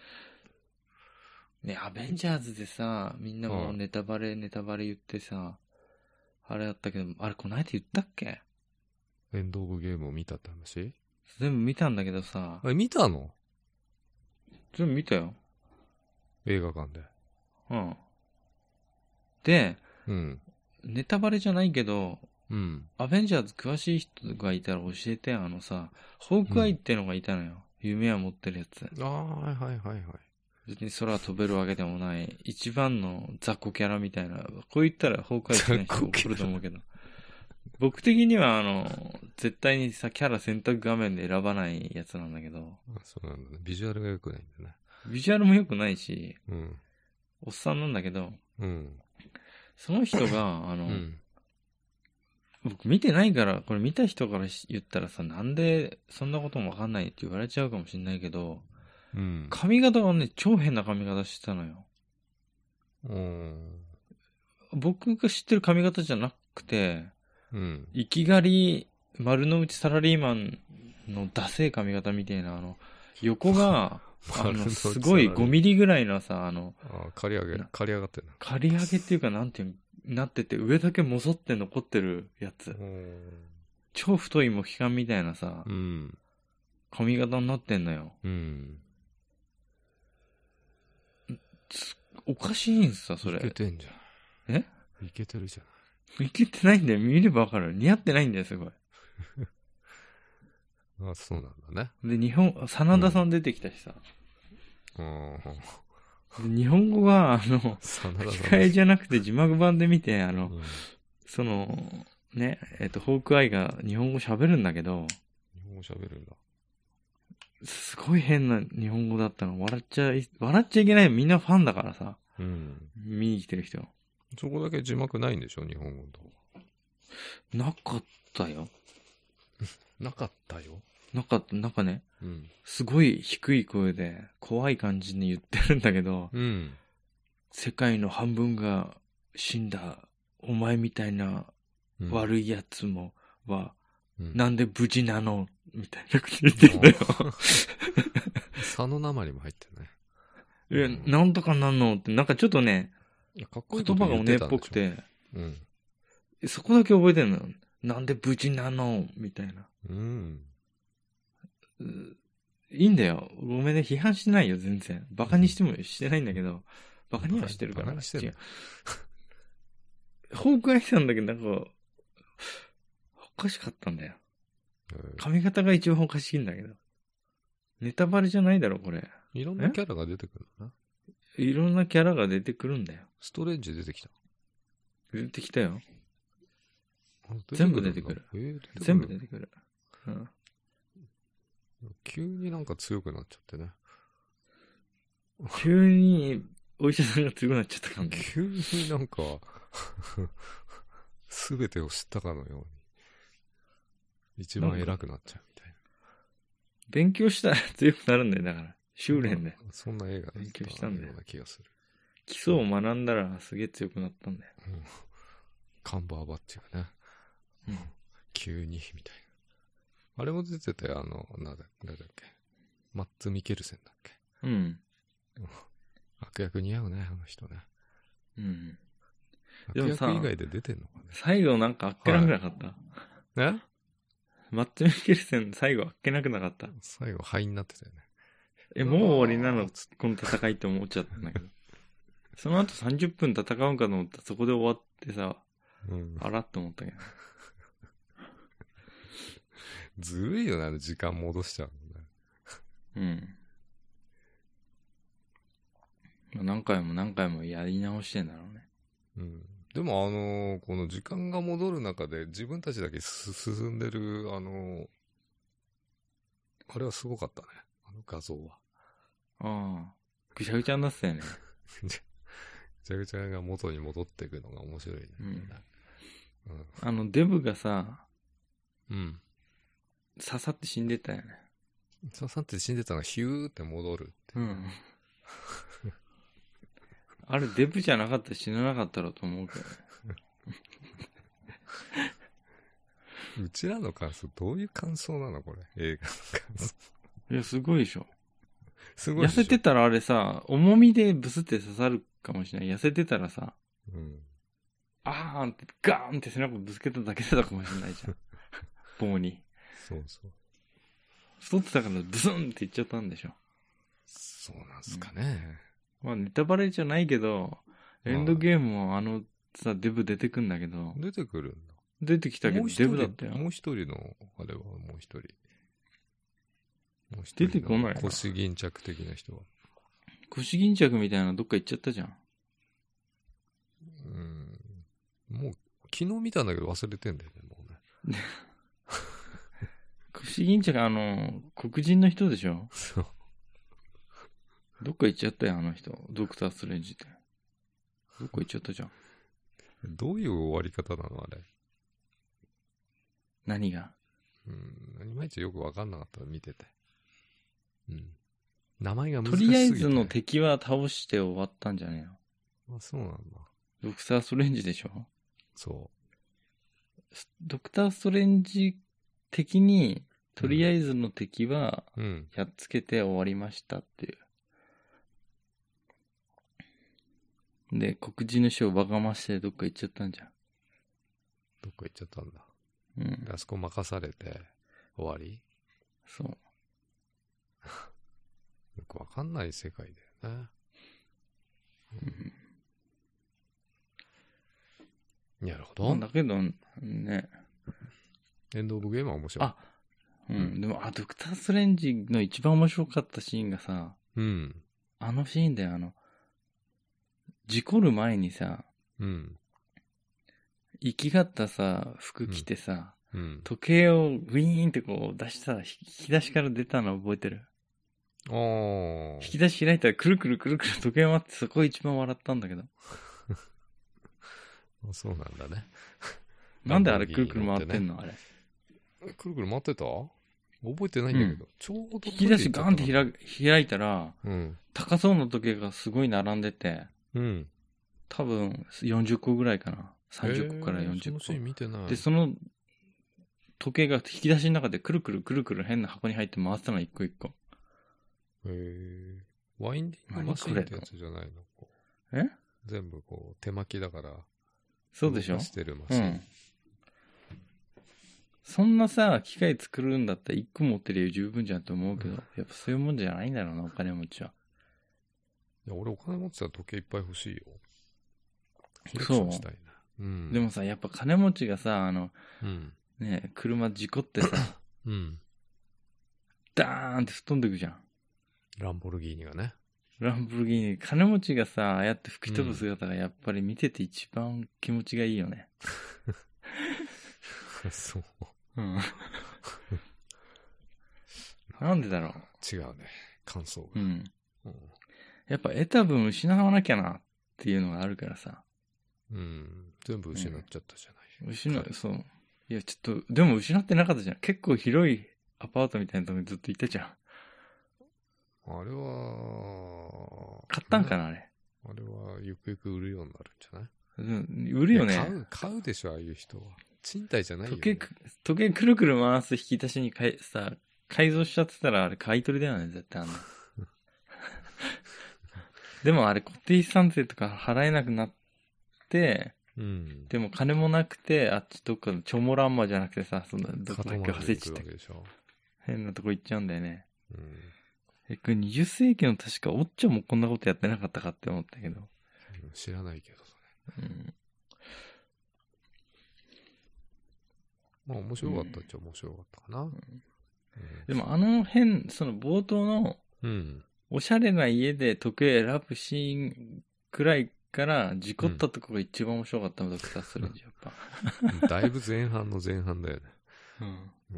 ね、アベンジャーズでさ、みんなもうネタバレ、ネタバレ言ってさ、あれやったけど、あれこの間言ったっけ？ エンドオブゲームを見たって話？ 全部見たんだけどさ。 あれ見たの？ 全部見たよ。 映画館で。 うん。で、 うん。 ネタバレじゃないけど、 うん。 アベンジャーズ詳しい人がいたら教えて、あのさ、ホークアイってのがいたのよ。うん、夢は持ってるやつ。 ああ、はいはいはいはい。 別に空飛べるわけでもない、一番の雑魚キャラみたいな、こう言ったらホークアイ好きな人怒ると思うけど。僕的には、あの、絶対にさ、キャラ選択画面で選ばないやつなんだけど。 あ、そうなんだね。ビジュアルが良くないんだね。 ビジュアルも良くないし、 うん。 おっさんなんだけど、 うん。 その人が、あの、 うん、 僕見てないから、これ見た人から言ったらさ、なんでそんなこともわかんないって言われちゃうかもしれないけど、 うん、 髪型がね、超変な髪型してたのよ。 うん。 僕が知ってる髪型じゃなくて、 うん。 いきがり丸の内サラリーマンのダセー髪型みたいな、あの、横が、あの、すごいごミリぐらいのさ、あの、 ああ、刈り上げ、刈り上がってるな。 刈り上げっていうか、なんていう、なってて、上だけもそって残ってるやつ。超太いモヒカンみたいなさ、 うん、 髪型になってんのよ。 うん。 おかしいんさ、それ。 いけてんじゃん。 え？ いけてるじゃない。 いけてないんだよ。見ればわかる。似合ってないんだよ、すごい。 あ、そうなんだね。 で、日本、真田さん出てきたしさ。 うん。 で日本語が、あの、吹き替えじゃなくて字幕版で見て、あの、うん、その、ね、えっと、ホークアイが日本語喋るんだけど、 日本語喋るんだ。 すごい変な日本語だったの。笑っちゃい、笑っちゃいけない。みんなファンだからさ。 うん。 見に来てる人。 そこだけ字幕ないんでしょ、日本語と。 なかったよ。 なかったよ。 なかった、なんかね、 うん、 すごい低い声で怖い感じに言ってるんだけど、 うん、 世界の半分が死んだお前みたいな悪いやつもは、うん、なんで無事なのみたいなこと言ってんだよ。 佐野なまりも入ってるね。 いや、うん、なんとかなんのって、なんかちょっとね、 いやかっこいい言葉がおねっぽくて、 うん、 そこだけ覚えてるのよ。なんで無事なのみたいな。 うんいいんだよ。ごめんね、批判してないよ、全然。バカにしてもしてないんだけど、バカにはしてるから。 バカにしてる。 ホークアイさんだけど、なんか、おかしかったんだよ。髪型が一番おかしいんだけど。ネタバレじゃないだろ、これ。 いろんなキャラが出てくるな。 いろんなキャラが出てくるんだよ。 ストレンジ出てきた。 出てきたよ。全部出てくる。 えー、出てくる全部出てくる。うん。 急になんか強くなっちゃってね。 急にお医者さんが強くなっちゃったかも。 急になんかすべてを知ったかのように一番偉くなっちゃうみたいな。 勉強したら強くなるんだよ、だから修練で。 そんな映画勉強したんだよような気がする。 基礎を学んだらすげえ強くなったんだよ。 うん、カンバーバッチがね、 うん、 急にみたいな。あれも出てたよ、あの、なんだ、なんだっけ。マッツ・ミケルセンだっけ。 うん。 悪役似合うね、あの人ね。 うん。 悪役以外で出てんのかね。 最後なんかあっけなくなかった、 はい、えマッツ・ミケルセン最後あっけなくなかった。 最後灰になってたよね。 え、もう終わりなのこの戦いって思っちゃったんだけど。その後さんじゅっぷん戦うんかと思ったらそこで終わってさ、うん、あらって思ったけど。 ずるいよね、時間戻しちゃうのね。うん。まあ、何回も何回もやり直してんだろうね。 うん。でもあのー、この時間が戻る中で自分たちだけ進んでる、あのー、あれはすごかったね。あの画像は。 ああ。ぐちゃぐちゃになってたよね。 ぐちゃぐちゃが元に戻っていくのが面白いね。うん。うん、 あの、デブがさ、 うん。 刺さって死んでたよね。 刺さって死んでたのがヒューって戻るって。 うん。あれデブじゃなかったら死ななかったろうと思うけどね。 うちらの感想どういう感想なのこれ、映画の感想。 いやすごいでしょ。 すごいっしょ。 痩せてたらあれさ、重みでブスって刺さるかもしれない。痩せてたらさ、 うん。 あーんってガーンって背中ぶつけただけだったかもしれないじゃん。棒に。 そうそう。 太ってたからブスンっていっちゃったんでしょ。 そうなんすかね。 まあネタバレじゃないけど、エンドゲームもあのさ、デブ出てくんだけど、 出てくるんだ。 出てきたけどもう一人デブだったよ。 もう一人の、あれはもう一人。もう一出人のてこないな腰巾着的な人は。 腰巾着みたいなのどっか行っちゃったじゃん。 うん。もう、昨日見たんだけど忘れてんだよね、もうね。 腰巾着、あの、黒人の人でしょ。 そう。 どっか行っちゃったよ、あの人。ドクターストレンジって。どっか行っちゃったじゃん。 どういう終わり方なのあれ。 何が？ うん。いまいちよくわかんなかった見てて。うん。名前が難としすぎて。 りあえずの敵は倒して終わったんじゃねえの。 あ、そうなんだ。 ドクターストレンジでしょ。 そドクターストレンジ的に、とりあえずの敵は、 う。うん。 やっつけて終わりましたっていう。で、黒人の人をバカましてどっか行っちゃったんじゃん。 どっか行っちゃったんだ。 うんで。あそこ任されて終わり？ そう。 よくわかんない世界だよね。うん、なるほど。 だけど、ね。 エンドオブゲームは面白い。 あ、うん。でも、あ、ドクターストレンジの一番面白かったシーンがさ、 うん。 あのシーンだよ、あの、事故る前にさ、 うん。 生きがったさ、服着てさ、 うん。 時計をウィーンってこう出したら、引き出しから出たの覚えてる？ ああ。 引き出し開いたらくるくるくるくる時計回ってそこ一番笑ったんだけど。 そうなんだね。 なんであれくるくる回ってんのあれ。 くるくる回ってた？覚えてないんだけど。うん、ちょうど引き出しガンって開開いたら、 うん、 高そうな時計がすごい並んでて、 うん、 多分よんじゅっこぐらいかな。さんじゅっこからよんじゅっこ。 そのシーン見てない。 で、その時計が引き出しの中でくるくるくるくる変な箱に入って回ってたの一個一個。 へえ。ワインディングマシンってやつじゃないの？こうえ全部こう手巻きだから。 そうでしょ？ してるマシン。うん。 そんなさ、機械作るんだったら一個持ってるよ十分じゃんと思うけど、やっぱそういうもんじゃないんだろうな、お金持ちは。 いや、俺お金持ってたら時計いっぱい欲しいよ。 そう。 したいな。うん。 でもさ、やっぱ金持ちがさ、あの、 うん、 ね、車事故ってさ、 うん。 ダーンって吹っ飛んでくじゃん。ランボルギーニがね。 ランボルギーニ、金持ちがさ、ああやって吹き飛ぶ姿がやっぱり見てて一番気持ちがいいよね。 そう。 うん。なんでだろう。 違うね。感想が。 うん。うん、やっぱ得た分失わなきゃなっていうのがあるからさ。 うん。全部失っちゃったじゃない。 うん、失う、そう。いや、ちょっと、でも失ってなかったじゃん。結構広いアパートみたいなとこにずっといたじゃん。 あれは、 買ったんかな、あれ。 あれは、ゆくゆく売るようになるんじゃない？ うん、売るよね。 買う、買うでしょ、ああいう人は。賃貸じゃないよ、ね。 時計、時計くるくる回す引き出しにかいさ、改造しちゃってたらあれ買い取りだよね、絶対あんな。でもあれ固定資産税とか払えなくなって、うん、でも金もなくて、あっちどっかのチョモランマじゃなくてさ、そんな、どこだっけ忘れちゃった。変なとこ行っちゃうんだよね。うん、え、これにじゅっ世紀の確かオッチョもこんなことやってなかったかって思ったけど。 うん、知らないけどそれ。うん。まあ面白かったっちゃ面白かったかな。うんうん、 でもあの辺、その冒頭の、うん、おしゃれな家で時計選ぶシーンくらいから事故ったところが一番面白かったのだったらそれじゃやっぱ。だいぶ前半の前半だよね。うん。うん。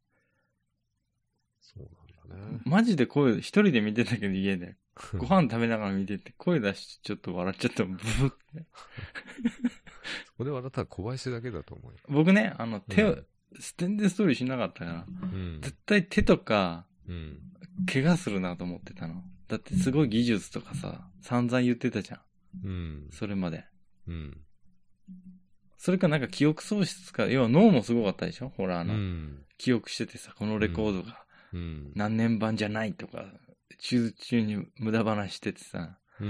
そうなんだね。 マジで声、一人で見てたけど家で。ご飯食べながら見てて、声出してちょっと笑っちゃったブーって。 そこで笑ったら小林だけだと思うよ。 僕ね、あの手を、うん、全然ストーリーしなかったから、うん、絶対手とか、うん、怪我するなと思ってたの。だってすごい技術とかさ、散々言ってたじゃん。うん。それまで。うん。それかなんか記憶喪失か、要は脳もすごかったでしょほら、あの、うん、記憶しててさ、このレコードが、何年版じゃないとか、 手術中に無駄話しててさ。 うん。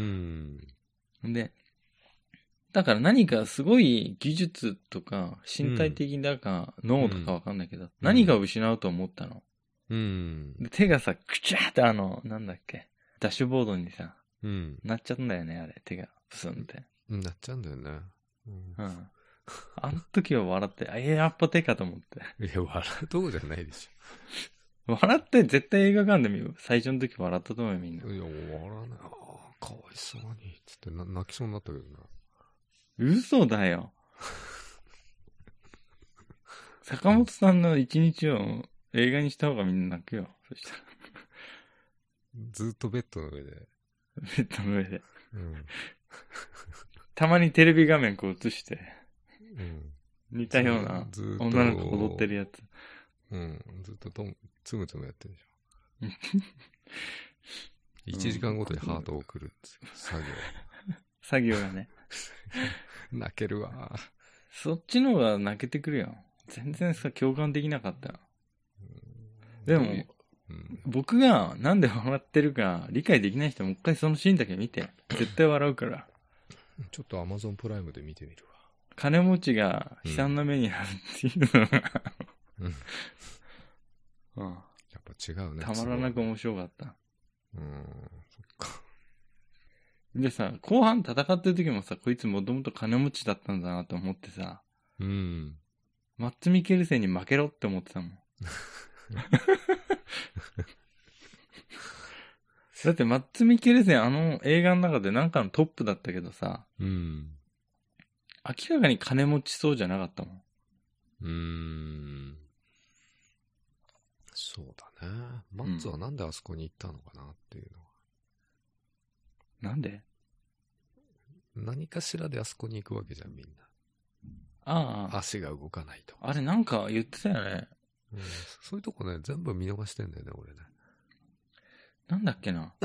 で、だから何かすごい技術とか身体的だか脳とかわかんないけど、うん、何かを失うと思ったの。 うん。 で手がさ、くちゃーってあの、なんだっけ、ダッシュボードにさ、 うん、 なっちゃったんだよね、あれ、手が、プスンって。 なっちゃうんだよね。うん。 うん、あの時は笑って、あ、やっぱ手かと思って。 いや、笑うとこじゃないでしょ。笑って絶対映画館で見る。最初の時笑ったと思うよ、みんな。 いや、笑わない。ああ、かわいそうに。つってな泣きそうになったけどな。 嘘だよ。坂本さんの一日を映画にした方がみんな泣くよ。そしたら。 ずっとベッドの上で。 ベッドの上で。 うん。 たまにテレビ画面こう映して、 うん、 似たような女の子踊ってるやつ。 うん、ずっととつむつむやってるでしょ。いちじかんごとにハートを送る作業。 作業がね。 泣けるわ。 そっちの方が泣けてくるよ。全然さ、共感できなかったよ。でも、うん、僕がなんで笑ってるか理解できない人はもう一回そのシーンだけ見て。絶対笑うから。 ちょっとアマゾンプライムで見てみるわ。 金持ちが悲惨な目に遭うっていうのが、うん。うん。やっぱ違うね。 たまらなく面白かった。 うん、そっか。 でさ、後半戦ってる時もさ、こいつもともと金持ちだったんだなと思ってさ、 うん。 マッツ・ミケルセンに負けろって思ってたもん。だってマッツ・ミケルセンあの映画の中でなんかのトップだったけどさ、 うん。 明らかに金持ちそうじゃなかったもん。 うーん。そうだね。マッツはなんであそこに行ったのかなっていうのは。 うん、なんで？ 何かしらであそこに行くわけじゃん、みんな。 ああ。 足が動かないと。 あれなんか言ってたよね。 うん、そういうとこね、全部見逃してんだよね、俺ね。 なんだっけな。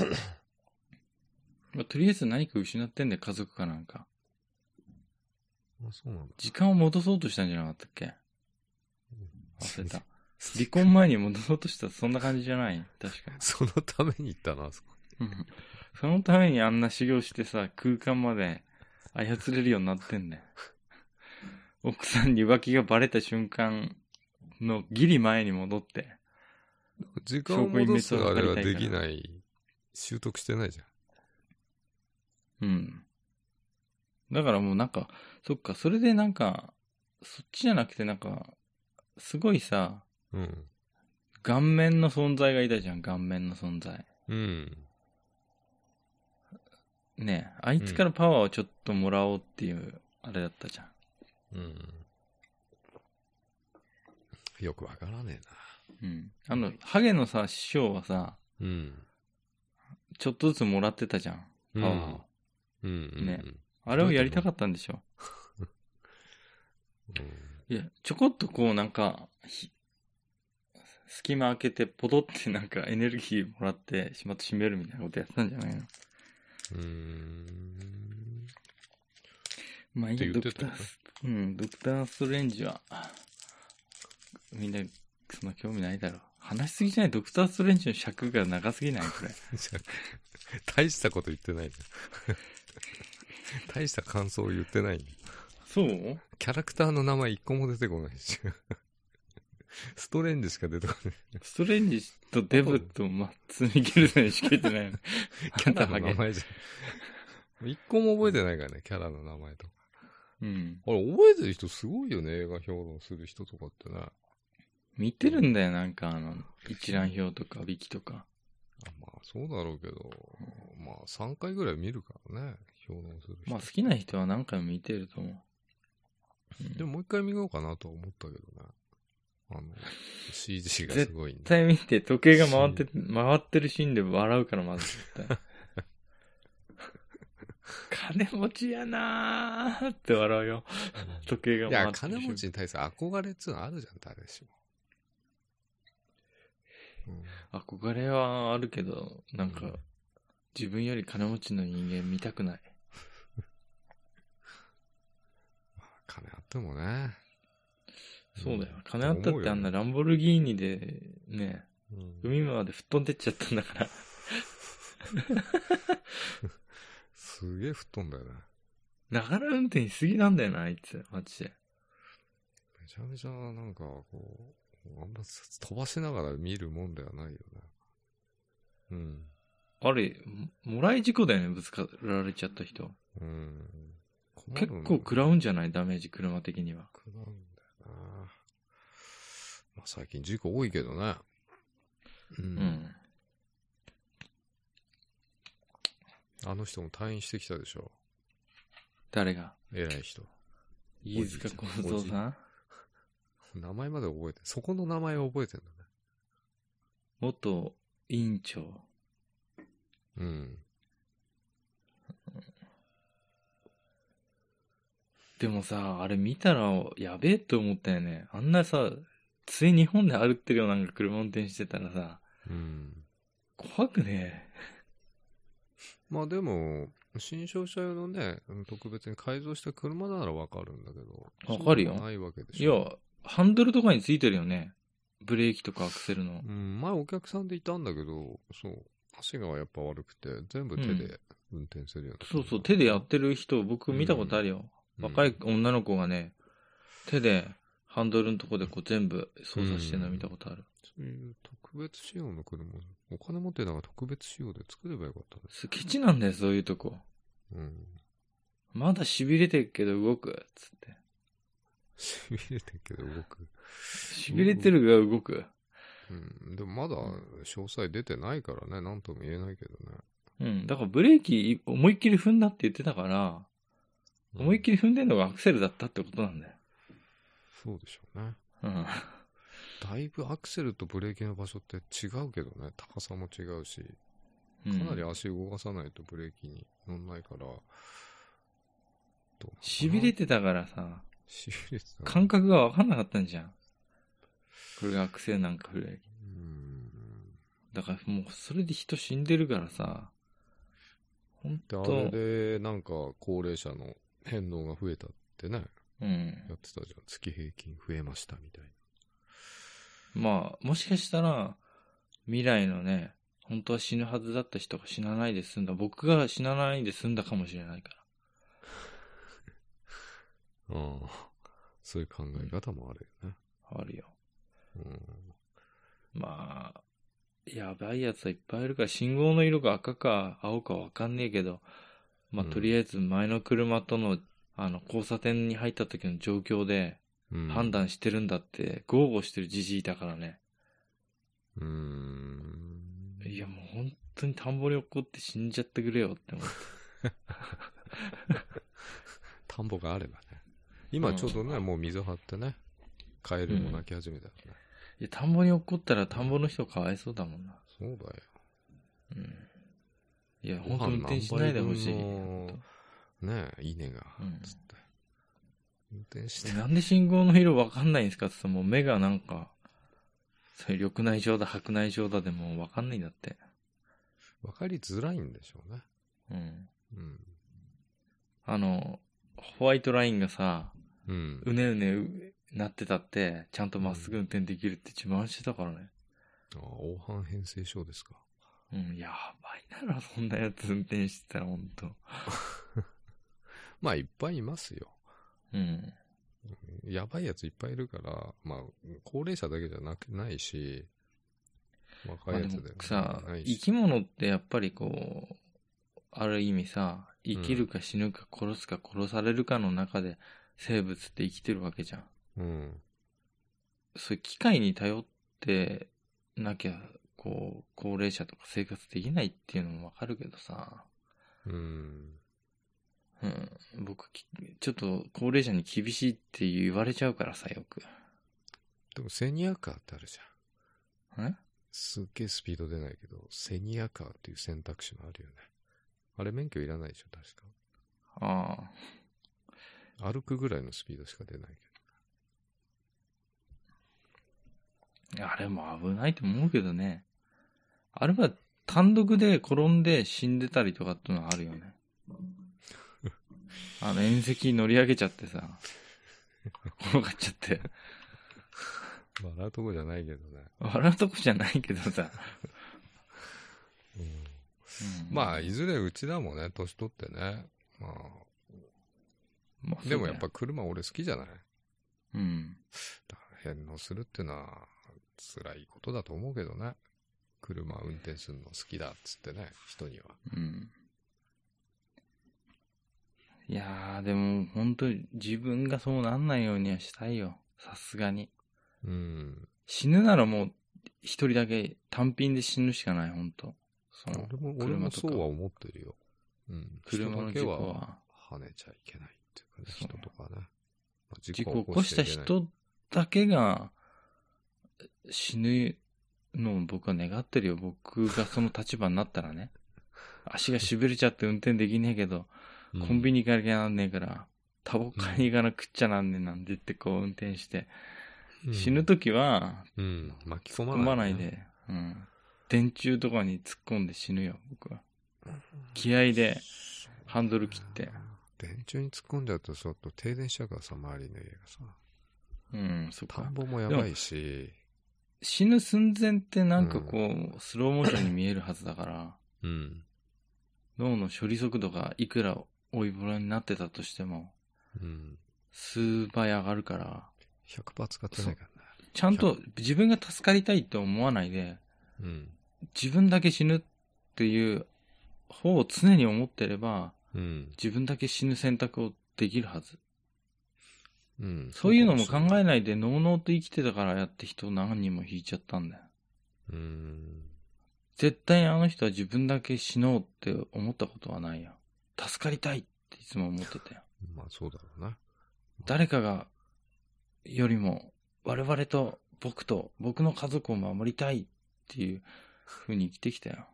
とりあえず何か失ってんだよ、家族かなんか。 あ、そうなんだ。 時間を戻そうとしたんじゃなかったっけ？忘れた。離婚前に戻そうとしたそんな感じじゃない？確かに。 そのために行ったな、あそこ。 うん。そのためにあんな修行してさ、空間まで操れるようになってんね。奥さんに浮気がバレた瞬間のギリ前に戻って。 時間を戻すあれはできない。習得してないじゃん。うん。だからもうなんか、そっか、それでなんか、そっちじゃなくてなんか、すごいさ、 うん。 顔面の存在がいたじゃん、顔面の存在。 うん。 ねえ、あいつからパワーをちょっともらおうっていう、あれだったじゃん。 うん。よくわからねえな。うん。あの、ハゲのさ、師匠はさ、 うん。 ちょっとずつもらってたじゃん、パワーを。 うん。うんうん、 ね。あれをやりたかったんでしょ。うん、いや、ちょこっとこうなんか、隙間開けてポトってなんかエネルギーもらってしまって閉めるみたいなことやってたんじゃないの？ うーん。 まあいい、ドクター、うん、ドクターストレンジは、みんなそんな興味ないだろう。話しすぎじゃない？ドクターストレンジの尺が長すぎない？これ。 大したこと言ってない。大した感想を言ってない。 そう？ キャラクターの名前一個も出てこないし。ストレンジしか出てこない。 ストレンジとデブとマッツ・ミケルセンしか言ってないの。 キャラの名前じゃん。一個も覚えてないからね、キャラの名前とか。 うん。 あれ、覚えてる人すごいよね、映画評論する人とかってね。 見てるんだよ、なんかあの、一覧表とか、ウィキとか。 あ、まあ、そうだろうけど、うん、まあ、さんかいぐらい見るからね、評論する人。 まあ、好きな人は何回も見てると思う。 うん、でももう一回見ようかなとは思ったけどね。あの、シージー がすごいんで。 絶対見て、時計が回って、回ってるシーンで笑うから、まず絶対。金持ちやなーって笑うよ。時計が回ってる。いや、 金持ちに対する憧れっつうのあるじゃん、誰しも。 うん、憧れはあるけど、なんか、うん、自分より金持ちの人間見たくない。 金あってもね。 そうだよ。金あったってあんなランボルギーニでね、うん、海まで吹っ飛んでっちゃったんだから。 すげえ吹っ飛んだよね。 ながら運転しすぎなんだよな、あいつ。マジで。 めちゃめちゃなんかこう、あんま飛ばしながら見るもんではないよね。うん。 あれ、ももらい事故だよね、ぶつかられちゃった人。 うん。 結構食らうんじゃないダメージ、車的には。 食らうんだよな。まあ最近事故多いけどね。うん。うん、あの人も退院してきたでしょ。 誰が？ 偉い人。 飯塚幸三さん？ 名前まで覚えて、そこの名前を覚えてんだね。 元委員長。 うん。 でもさ、あれ見たらやべえと思ったよね。あんなさ、つい日本で歩ってるようなんか車運転してたらさ、 うん。 怖くねえ。 まあでも、新商車用のね、特別に改造した車ならわかるんだけど。 わかるよ。 ないわけでしょ。 いや、ハンドルとかについてるよね。ブレーキとかアクセルの。 うん、前お客さんでいたんだけど、そう、足がやっぱ悪くて、全部手で運転するような、 うん、そうそう、手でやってる人、僕見たことあるよ。うん、若い女の子がね、手でハンドルのとこでこう全部操作してるの見たことある。 そういう特別仕様の車、お金持ってたから特別仕様で作ればよかったね。 ケチなんだよ、そういうとこ。うん。まだ痺れてるけど動く、つって。 痺れてるけど動く。 痺れてるが動く。 うん。でもまだ詳細出てないからね、なんとも言えないけどね。 うん。だからブレーキ思いっきり踏んだって言ってたから、うん、思いっきり踏んでんのがアクセルだったってことなんだよ。 そうでしょうね。 うん。 だいぶアクセルとブレーキの場所って違うけどね、高さも違うし、かなり足動かさないとブレーキに乗んないから、 痺れてたからさ、 痺れてた感覚が分かんなかったんじゃん。これがアクセルなんかブレーキ。うん。だからもうそれで人死んでるからさ、ほんと。 で、あれでなんか高齢者の返納が増えたってね、うん、やってたじゃん。月平均増えましたみたいな。 まあ、もしかしたら、未来のね、本当は死ぬはずだった人が死なないで済んだ。僕が死なないで済んだかもしれないから。 ああ、そういう考え方もあるよね。 うん、あるよ。うん、まあ、やばいやつはいっぱいいるから、信号の色が赤か青かわかんねえけど、まあ、とりあえず前の車との、あの、交差点に入った時の状況で、判断してるんだって、豪語してるじじいだからね。うーん。いや、もう本当に田んぼに落っこって死んじゃってくれよって思って。 田んぼがあればね。今ちょうどね、うん、もう水張ってね、カエルも鳴き始めたよね、うん。いや、田んぼに落っこったら田んぼの人かわいそうだもんな。 そうだよ。 うん。いや、本当運転しないでほしい。 ねえ、稲が、つって。運転して。 なんで信号の色わかんないんですかって言ったら、もう目がなんか、それ緑内障だ、白内障だでもうわかんないんだって。 わかりづらいんでしょうね。うん。 うん。あの、ホワイトラインがさ、うん。うねうねうなってたって、ちゃんとまっすぐ運転できるって自慢してたからね。 うん、ああ、黄斑変性症ですか。 うん、やばいなら、そんなやつ運転してたら、ほんと。 まあ、いっぱいいますよ。うん。やばいやついっぱいいるから、まあ、高齢者だけじゃなくないし、若いやつでもさ、生き物ってやっぱりこう、ある意味さ、生きるか死ぬか殺すか殺されるかの中で生物って生きてるわけじゃん。うん。そういう機械に頼ってなきゃ、こう、高齢者とか生活できないっていうのもわかるけどさ。うん。うん。僕、ちょっと高齢者に厳しいって言われちゃうからさ、よく。 でもセニアカーってあるじゃん。 え？ すっげえスピード出ないけど、セニアカーっていう選択肢もあるよね。あれ免許いらないでしょ、確か。ああ。歩くぐらいのスピードしか出ないけど。あれも危ないと思うけどね。あれは単独で転んで死んでたりとかっていうのはあるよね。あの縁石乗り上げちゃってさ、転がっちゃって。 笑うとこじゃないけどね。 笑うとこじゃないけどさ。 うん、 うん、 まあいずれうちだもんね、年取ってね。まあ、 まあ、 でもやっぱ車俺好きじゃない。 うん。 だから返納するっていうのは辛いことだと思うけどね。車運転するの好きだっつってね、人には。 うん。いやー、でも本当に自分がそうなんないようにはしたいよ。さすがに。 うん。 死ぬならもう一人だけ単品で死ぬしかない、本当。その俺も、俺も車とかそうは思ってるよ。うん。 車の事故は人だけは跳ねちゃいけないっていうかね、人とかね。まあ、 事故を起こした人だけが死ぬのを僕は願ってるよ。僕がその立場になったらね。足が痺れちゃって運転できねえけど、 うん、 コンビニ行かなきゃなんねえから、タバコ買いに行かなくっちゃなんねえなんて言ってこう運転して、 うん、 死ぬときは、 うん、巻き込ま突っ込まな、 ないいで、うん。電柱とかに突っ込んで死ぬよ、僕は。気合でハンドル切って。 電柱に突っ込んじゃうと、ちょっと停電しちゃうからさ、周りの家がさ。 うん、そっか。 田んぼもやばいし。 死ぬ寸前ってなんかこう、うん、スローモーションに見えるはずだから、 うん、 脳の処理速度がいくら追いボラになってたとしても、 うん、 数倍上がるから、 ひゃくパーセント使ってないからね。 ちゃんと自分が助かりたいと思わないで、 うん、 自分だけ死ぬっていう方を常に思ってれば、 うん、 自分だけ死ぬ選択をできるはず。 うん、 そういうのも考えないで、のうのうと生きてたからやって人を何人も引いちゃったんだよ。 うん、 絶対にあの人は自分だけ死のうって思ったことはないよ。助かりたいっていつも思ってたよ。 まあそうだろうな。 誰かが、よりも、我々と僕と僕の家族を守りたいっていう風に生きてきたよ。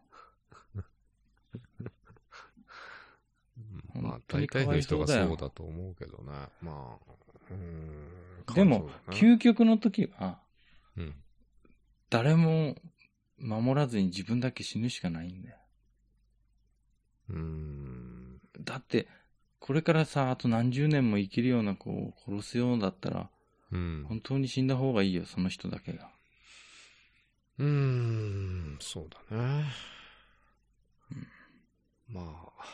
まあ大体の人がそうだと思うけどね。まあ、うーん。 でも、究極の時は、 うん、 誰も守らずに自分だけ死ぬしかないんだよ。 うーん。 だって、これからさ、あと何十年も生きるような子を殺すようだったら、 うん、 本当に死んだ方がいいよ、その人だけが。 うーん、そうだね。うん、まあ、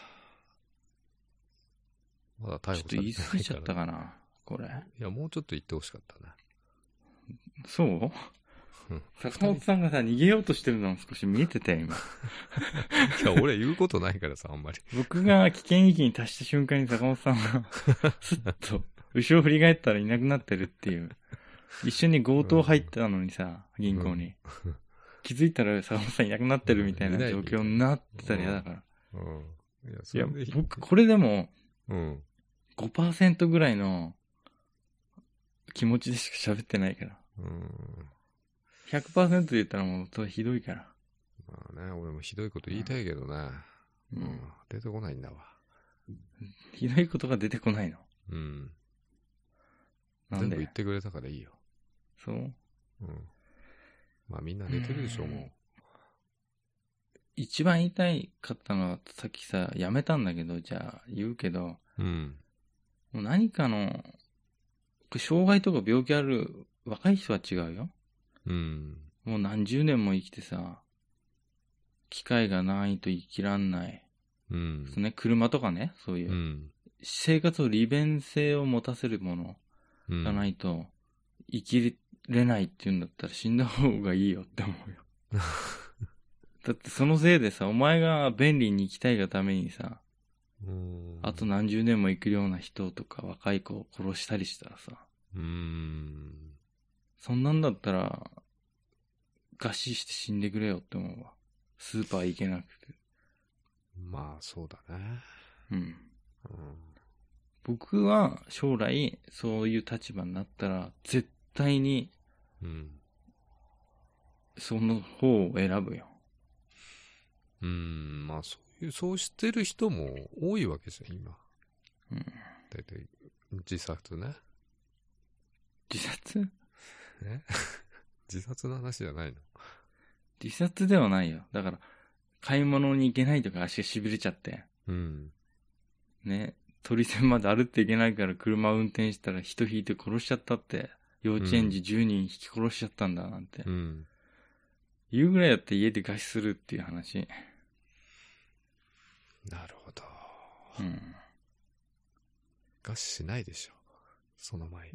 まだ逮捕されてないから。 ちょっと言い過ぎちゃったかな、これ。 いや、もうちょっと言ってほしかったね。 そう、うん、坂本さんがさ、逃げようとしてるのも少し見えてたよ、今。 いや、俺言うことないからさ、あんまり。 僕が危険域に達した瞬間に坂本さんが、スッと、後ろ振り返ったらいなくなってるっていう。一緒に強盗入ったのにさ、うん、銀行に。うん、気づいたら坂本さんいなくなってるみたいな状況になってたら嫌だから。うん。うん、いや、それでいい。いや、僕、これでも、うん。ごパーセント ぐらいの気持ちでしか喋ってないから。うん。ひゃくパーセント で言ったらもう、それひどいから。 まあね、俺もひどいこと言いたいけどね。うん。うん、出てこないんだわ。 ひどいことが出てこないの。 うん。全部言ってくれたからいいよ。 そう。うん。 まあみんな寝てるでしょ、もう。 一番言いたいかったのは、さっきさ、やめたんだけど、じゃあ言うけど、うん。もう何かの、障害とか病気ある若い人は違うよ。うん。もう何十年も生きてさ、機会がないと生きらんない。うん。ね、車とかね、そういう。うん。生活を利便性を持たせるものがないと、生きれないっていうんだったら死んだ方がいいよって思うよ。だってそのせいでさ、お前が便利に生きたいがためにさ、うん、あと何十年も生きるような人とか若い子を殺したりしたらさ、うーん、そんなんだったら餓死して死んでくれよって思うわ。スーパー行けなくて。 まあそうだね。 うん。うん、僕は将来そういう立場になったら絶対に、うん、その方を選ぶよ。 うーん、まあそういう、そうしてる人も多いわけじゃん、今。うん。だいたい自殺ね。 自殺？ え自殺の話じゃないの？ 自殺ではないよ。だから、買い物に行けないとか足が痺れちゃって。うん。ね、鳥線まで歩っていけないから車を運転したら人引いて殺しちゃったって。幼稚園児じゅうにん引き殺しちゃったんだなんて。うん。言うぐらいだって家で餓死するっていう話。 なるほど。 うん。 がしないでしょ。その前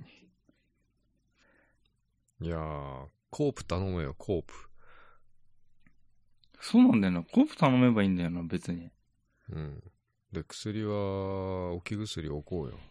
に。いやー、コープ頼むよ、コープ。 そうなんだよな。コープ頼めばいいんだよな、別に。 うん。で、薬は、置き薬置こうよ。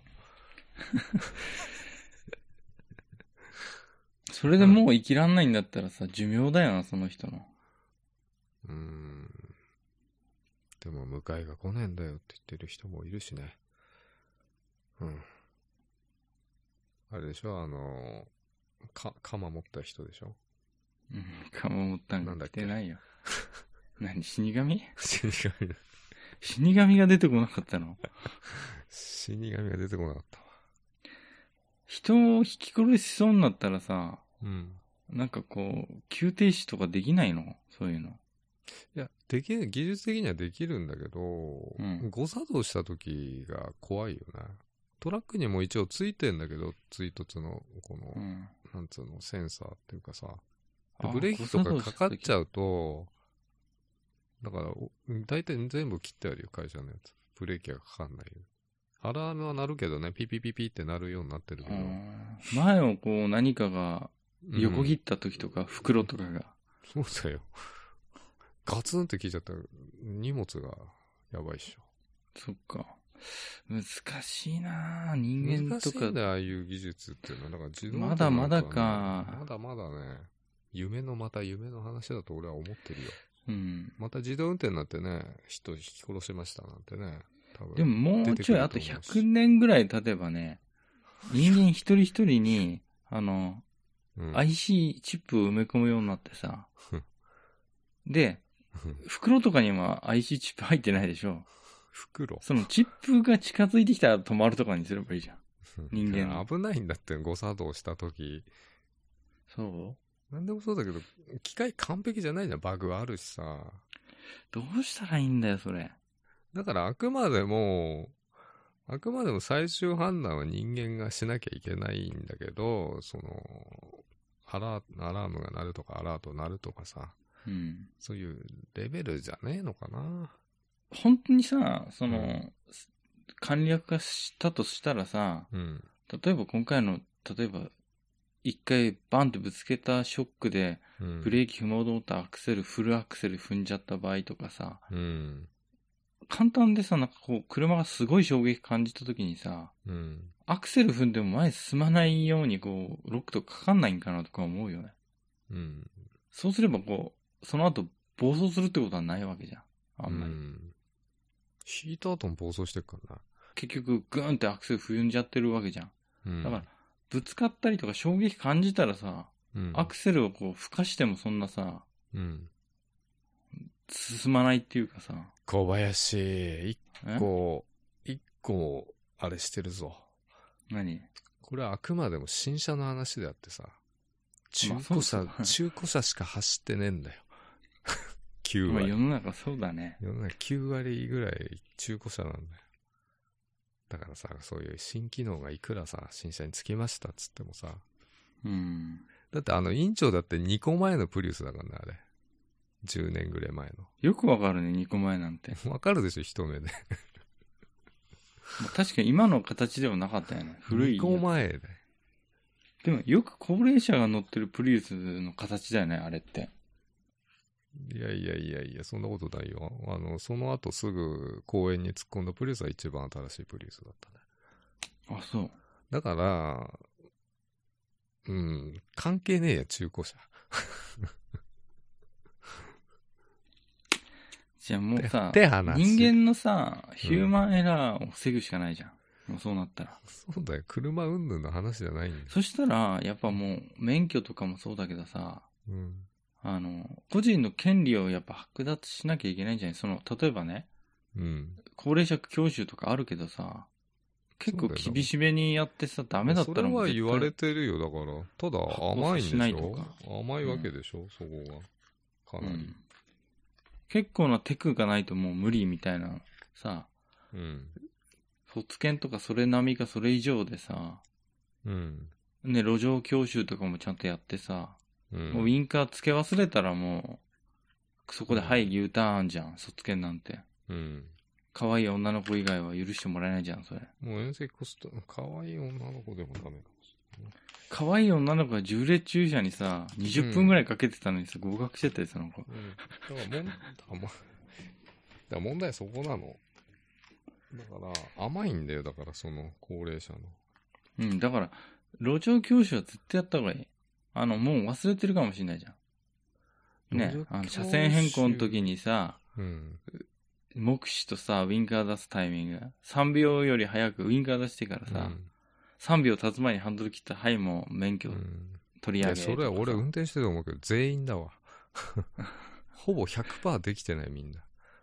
それでもう生きらんないんだったらさ、寿命だよな、その人の。 うーん。でも、迎えが来ねえんだよって言ってる人もいるしね。うん。あれでしょ、あの、か、鎌持った人でしょ。 うん、かまもったんが来てないよ。何、死神死神だ。 死神が出てこなかったの？ 死神が出てこなかったわ。 人を引き殺しそうになったらさ、 うん。 なんかこう、急停止とかできないの？そういうの。 いや、できる、技術的にはできるんだけど、 うん、 誤作動した時が怖いよね。トラックにも一応ついてんだけど、追突の、この、 うん、 なんつうの、センサーっていうかさ、 あブレーキとかかかっちゃうと、だから、大体全部切ってあるよ、会社のやつ。ブレーキがかかんないよ。アラームは鳴るけどね、ピピピピって鳴るようになってるけど。 前をこう何かが横切った時とか、うん、袋とかが。 そうだよ。ガツンって聞いちゃったら荷物がやばいっしょ。 そっか。難しいなぁ、人間とか。 難しいんだよ、ああいう技術っていうのは。だから自動、ね、 まだまだか。 まだまだね。夢のまた夢の話だと俺は思ってるよ。 うん。 また自動運転になってね、人引き殺しましたなんてね。多分でももうちょい、あとひゃくねんぐらい経てばね、人間一人一人に、あの、うん、アイシー チップを埋め込むようになってさ。で、袋とかには アイシー チップ入ってないでしょ。 袋そのチップが近づいてきたら止まるとかにすればいいじゃん。人間。 危ないんだって、誤作動したとき。 そうなんでもそうだけど、機械完璧じゃないじゃん、バグあるしさ。 どうしたらいいんだよ、それ。 だからあくまでも、あくまでも最終判断は人間がしなきゃいけないんだけど、その、アラ、アラームが鳴るとか、アラート鳴るとかさ。うん、そういうレベルじゃねえのかな。 本当にさ、その、うん、簡略化したとしたらさ、うん、例えば今回の、例えば、一回バンってぶつけたショックで、うん、ブレーキ踏もうと思ったアクセル、フルアクセル踏んじゃった場合とかさ、うん、簡単でさ、なんかこう、車がすごい衝撃感じた時にさ、うん、アクセル踏んでも前進まないようにこう、ロックとかかかんないんかなとか思うよね。うん、そうすればこう、その後、暴走するってことはないわけじゃん。あんまり。うん、 引いた後も暴走してるからな。 結局、グーンってアクセル踏んじゃってるわけじゃん。うん、だから、ぶつかったりとか衝撃感じたらさ、うん、アクセルをこう、吹かしてもそんなさ、うん、進まないっていうかさ。 小林、一個、一個、あれしてるぞ。 何？ これはあくまでも新車の話であってさ、中古車、まあ、中古車しか走ってねえんだよ。きゅう割。 まあ世の中そうだね。 世の中きゅう割ぐらい中古車なんだよ。だからさ、そういう新機能がいくらさ、新車につきましたっつってもさ。うん。だってあの、委員長だってにこまえのプリウスだからね、あれ。じゅうねんぐらい前の。 よくわかるね、にこまえなんて。 わかるでしょ、一目で。 確かに今の形ではなかったよね。古い。 にこまえで。 でもよく高齢者が乗ってるプリウスの形だよね、あれって。 いやいやいやいや、そんなことないよ。あの、その後すぐ公園に突っ込んだプリウスは一番新しいプリウスだったね。あ、そう。 だから、うん、関係ねえや、中古車。 じゃあもうさ、人間のさ、ヒューマンエラーを防ぐしかないじゃん。うん、もうそうなったら。 そうだよ、車云々の話じゃないんだよ。 そしたら、やっぱもう、免許とかもそうだけどさ、うん、あの、個人の権利をやっぱ剥奪しなきゃいけないんじゃない？その、例えばね、うん、高齢者教習とかあるけどさ、結構厳しめにやってさ、ダメだったらもう絶対。それは言われてるよ、だから。ただ、甘いんでしょ？甘いわけでしょ、うん、そこが。かなり。うん、 結構なテクがないともう無理みたいなさ、うん。卒検とかそれ並みかそれ以上でさ、うん。ね、路上教習とかもちゃんとやってさ、うん、もうウィンカーつけ忘れたらもう、そこではい、U ターンじゃん、卒検なんて。うん。 可愛い女の子以外は許してもらえないじゃん、それ。 もう遠赤コスト、可愛い女の子でもダメかもしれない。 可愛い女の子が重列駐車にさ、にじゅっぷんぐらいかけてたのにさ、合格してたよ、その子。 うん。だからもん、だからもだから問題はそこなの。だから甘いんだよ、だからその高齢者の。 うん、だから、路上教習は絶対やった方がいい。あの、もう忘れてるかもしれないじゃん。ね、あの車線変更の時にさ、 うん、 目視とさ、ウィンカー出すタイミング、さんびょうより早くウィンカー出してからさ、うん、さんびょう経つ前にハンドル切ったら、はい、もう免許取り上げ、うん、 いや、それは俺運転してると思うけど、全員だわ。ほぼ ひゃくパーセント できてない、みんな。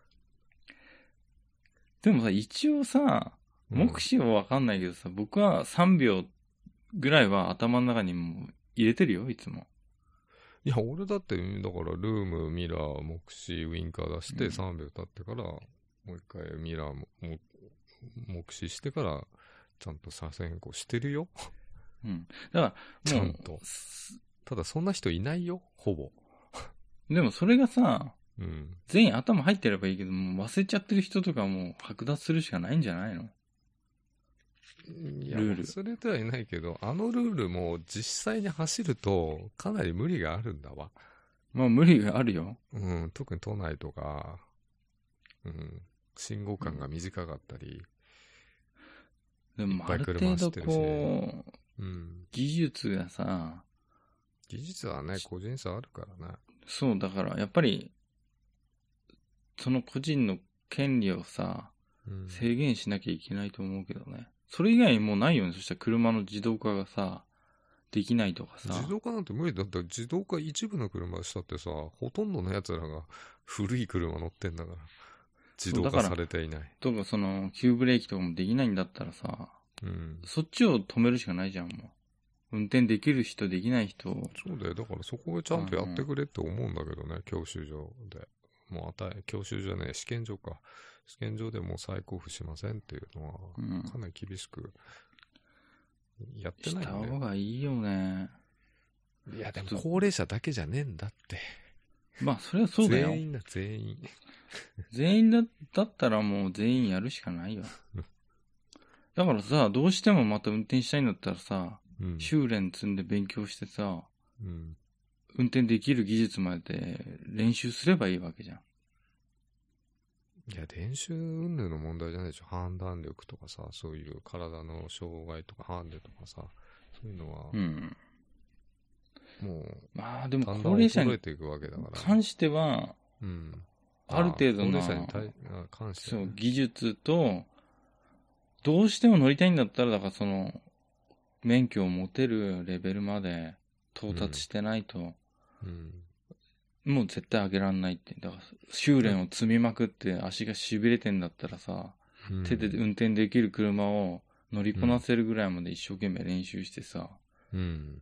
でもさ、一応さ、目視はわかんないけどさ、うん、僕はさんびょうぐらいは頭の中にも入れてるよ、いつも。 いや、俺だって、だから、ルーム、ミラー、目視、ウィンカー出して、さんびょう経ってから、うん、もう一回ミラーも、目視してから、ちゃんと車線変更してるよ。 うん。だから、 ちゃんと。ただ、そんな人いないよ、ほぼ。 でも、それがさ、 うん、 全員頭入ってればいいけど、もう忘れちゃってる人とかもう剥奪するしかないんじゃないの？ いや、ルール。忘れてはいないけど、あのルールも実際に走るとかなり無理があるんだわ。 まあ無理があるよ。 うん、特に都内とか、うん、信号間が短かったり、 うん、でもある程度こう、うん、技術がさ、 技術はね、個人差あるからね。 そう、だからやっぱり、その個人の権利をさ、うん、制限しなきゃいけないと思うけどね。それ以外にもうないよね。そしたら車の自動化がさ、できないとかさ。 自動化なんて無理だった。自動化一部の車したってさ、ほとんどの奴らが古い車乗ってんだから。自動化されていない。 とかその、急ブレーキとかもできないんだったらさ、うん、そっちを止めるしかないじゃん、もう。運転できる人、できない人。 そうだよ。だからそこをちゃんとやってくれって思うんだけどね、教習所で。もうあたい、教習所ね、試験場か。試験場でもう再交付しませんっていうのは、かなり厳しくやってないよね。 した方がいいよね。 いや、でも高齢者だけじゃねえんだって。 まあ、それはそうだよ。 全員だ、全員。 全員だ、だったらもう全員やるしかないよ。だからさ、どうしてもまた運転したいんだったらさ、うん、修練積んで勉強してさ、うん、運転できる技術まで練習すればいいわけじゃん。 いや、練習云々の問題じゃないでしょ。判断力とかさ、そういう体の障害とかハンデとかさ、そういうのは、うん、もう、 まあでも高齢者に関しては、 うん、 ある程度の、 関してね、そう、技術と、どうしても乗りたいんだったら、だからその、免許を持てるレベルまで到達してないと、うんうんもう絶対上げらんないって。だから、修練を積みまくって足が痺れてんだったらさ、うん、手で運転できる車を乗りこなせるぐらいまで一生懸命練習してさ、うん、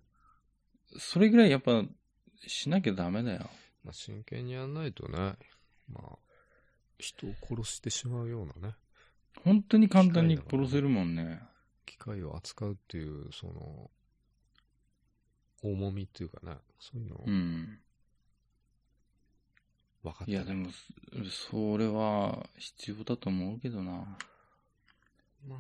それぐらいやっぱしなきゃダメだよ。 まあ、真剣にやんないとね、まあ、人を殺してしまうようなね。 本当に簡単に殺せるもんね。 機械を扱うっていう、その、重みっていうかね、そういうのを、うん分かっていやでもそれは必要だと思うけどな。まあ、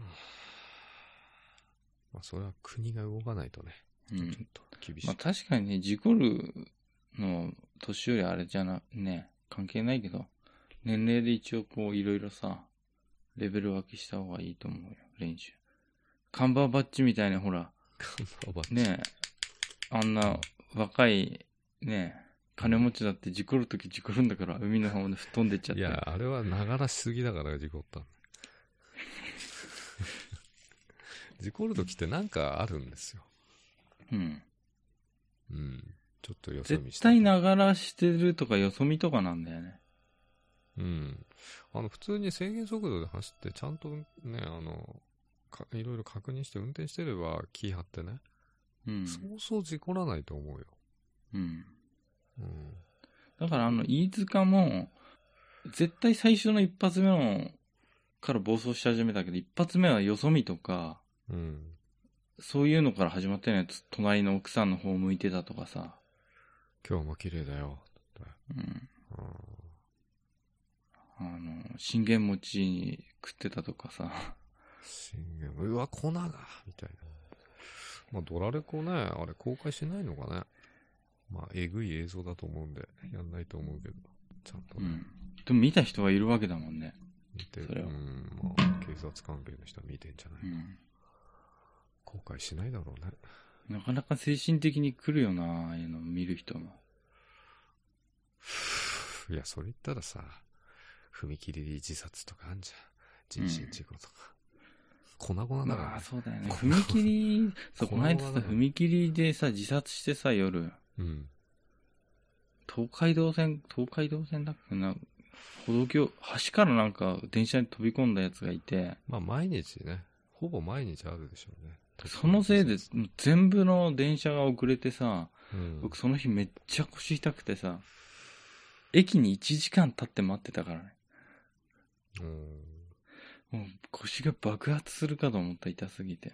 まあそれは国が動かないとね、うん、ちょっと厳しい。 まあ確かにね、事故るの年寄りあれじゃなね関係ないけど、年齢で一応こういろいろさレベル分けした方がいいと思うよ。練習カンバーバッチみたいなほらねあんな若いね金持ちだって事故るとき事故るんだから海の方まで吹っ飛んでっちゃって。 いや、あれはながらしすぎだから事故った。事故るときってなんかあるんですよ。うん。うん。ちょっとよそ見して。 絶対ながらしてるとかよそ見とかなんだよね。 うん。あの、普通に制限速度で走ってちゃんとね、あの、かいろいろ確認して運転してれば気張ってね。うん。そうそう事故らないと思うよ。うん。 うん、だからあの飯塚も絶対最初の一発目のから暴走し始めたけど、一発目はよそ見とか、うん、そういうのから始まったよね。隣の奥さんの方向いてたとかさ、 今日も綺麗だよ、うん、 あの、信玄餅食ってたとかさ。 信玄餅、うわ、粉がみたいな。まあ、ドラレコね、あれ公開しないのかね。まあ、えぐい映像だと思うんで、やんないと思うけど、ちゃんとね。うん、 でも見た人はいるわけだもんね。 見て、それは。うん、まあ、警察関係の人は見てんじゃないか。うん、公開しないだろうね。 なかなか精神的に来るよな、ああいうの見る人も。 いや、それ言ったらさ、踏切で自殺とかあんじゃん。人身事故とか。粉々だから、ね。 まあ、そうだよね。踏切、そう、この間さ、踏切でさ、自殺してさ、夜。うん。東海道線、東海道線だっけな、歩道橋、橋からなんか電車に飛び込んだやつがいて。 まあ、毎日ね。ほぼ毎日あるでしょうね。 そのせいで、全部の電車が遅れてさ、うん、僕その日めっちゃ腰痛くてさ、駅にいちじかん経って待ってたからね。うん、もう腰が爆発するかと思った、痛すぎて。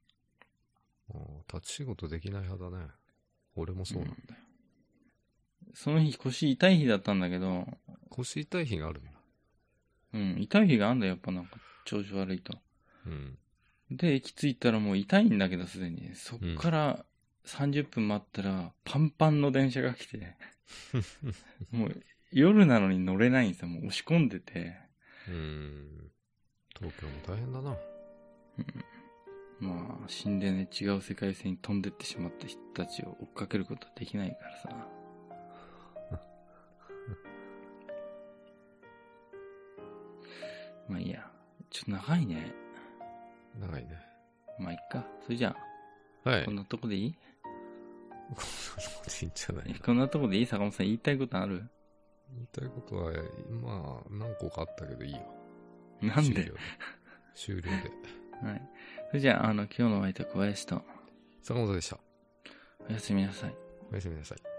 立ち仕事できない派だね。俺もそうなんだよ。 うん、その日腰痛い日だったんだけど。 腰痛い日があるんだ。 うん、痛い日があるんだよ、やっぱなんか調子悪いと。うん。で、駅着いたらもう痛いんだけどすでに。そっからさんじゅっぷん待ったらパンパンの電車が来て。もう夜なのに乗れないんですよ。もう押し込んでて。 うーん。東京も大変だな。 うん、まあ、死んでね、違う世界線に飛んでってしまった人たちを追っかけることはできないからさ。まあいいや。ちょっと長いね。 長いね。 まあいっか。それじゃあ。はい。こんなとこでいい？ こんなとこでいいんじゃないこんなとこでいい？坂本さん言いたいことある？ 言いたいことは、まあ、何個かあったけどいいよ。 なんで？ 終了で。終了で。 はい。それじゃあ、あの、今日のお相手は小林と。 坂本でした。 おやすみなさい。 おやすみなさい。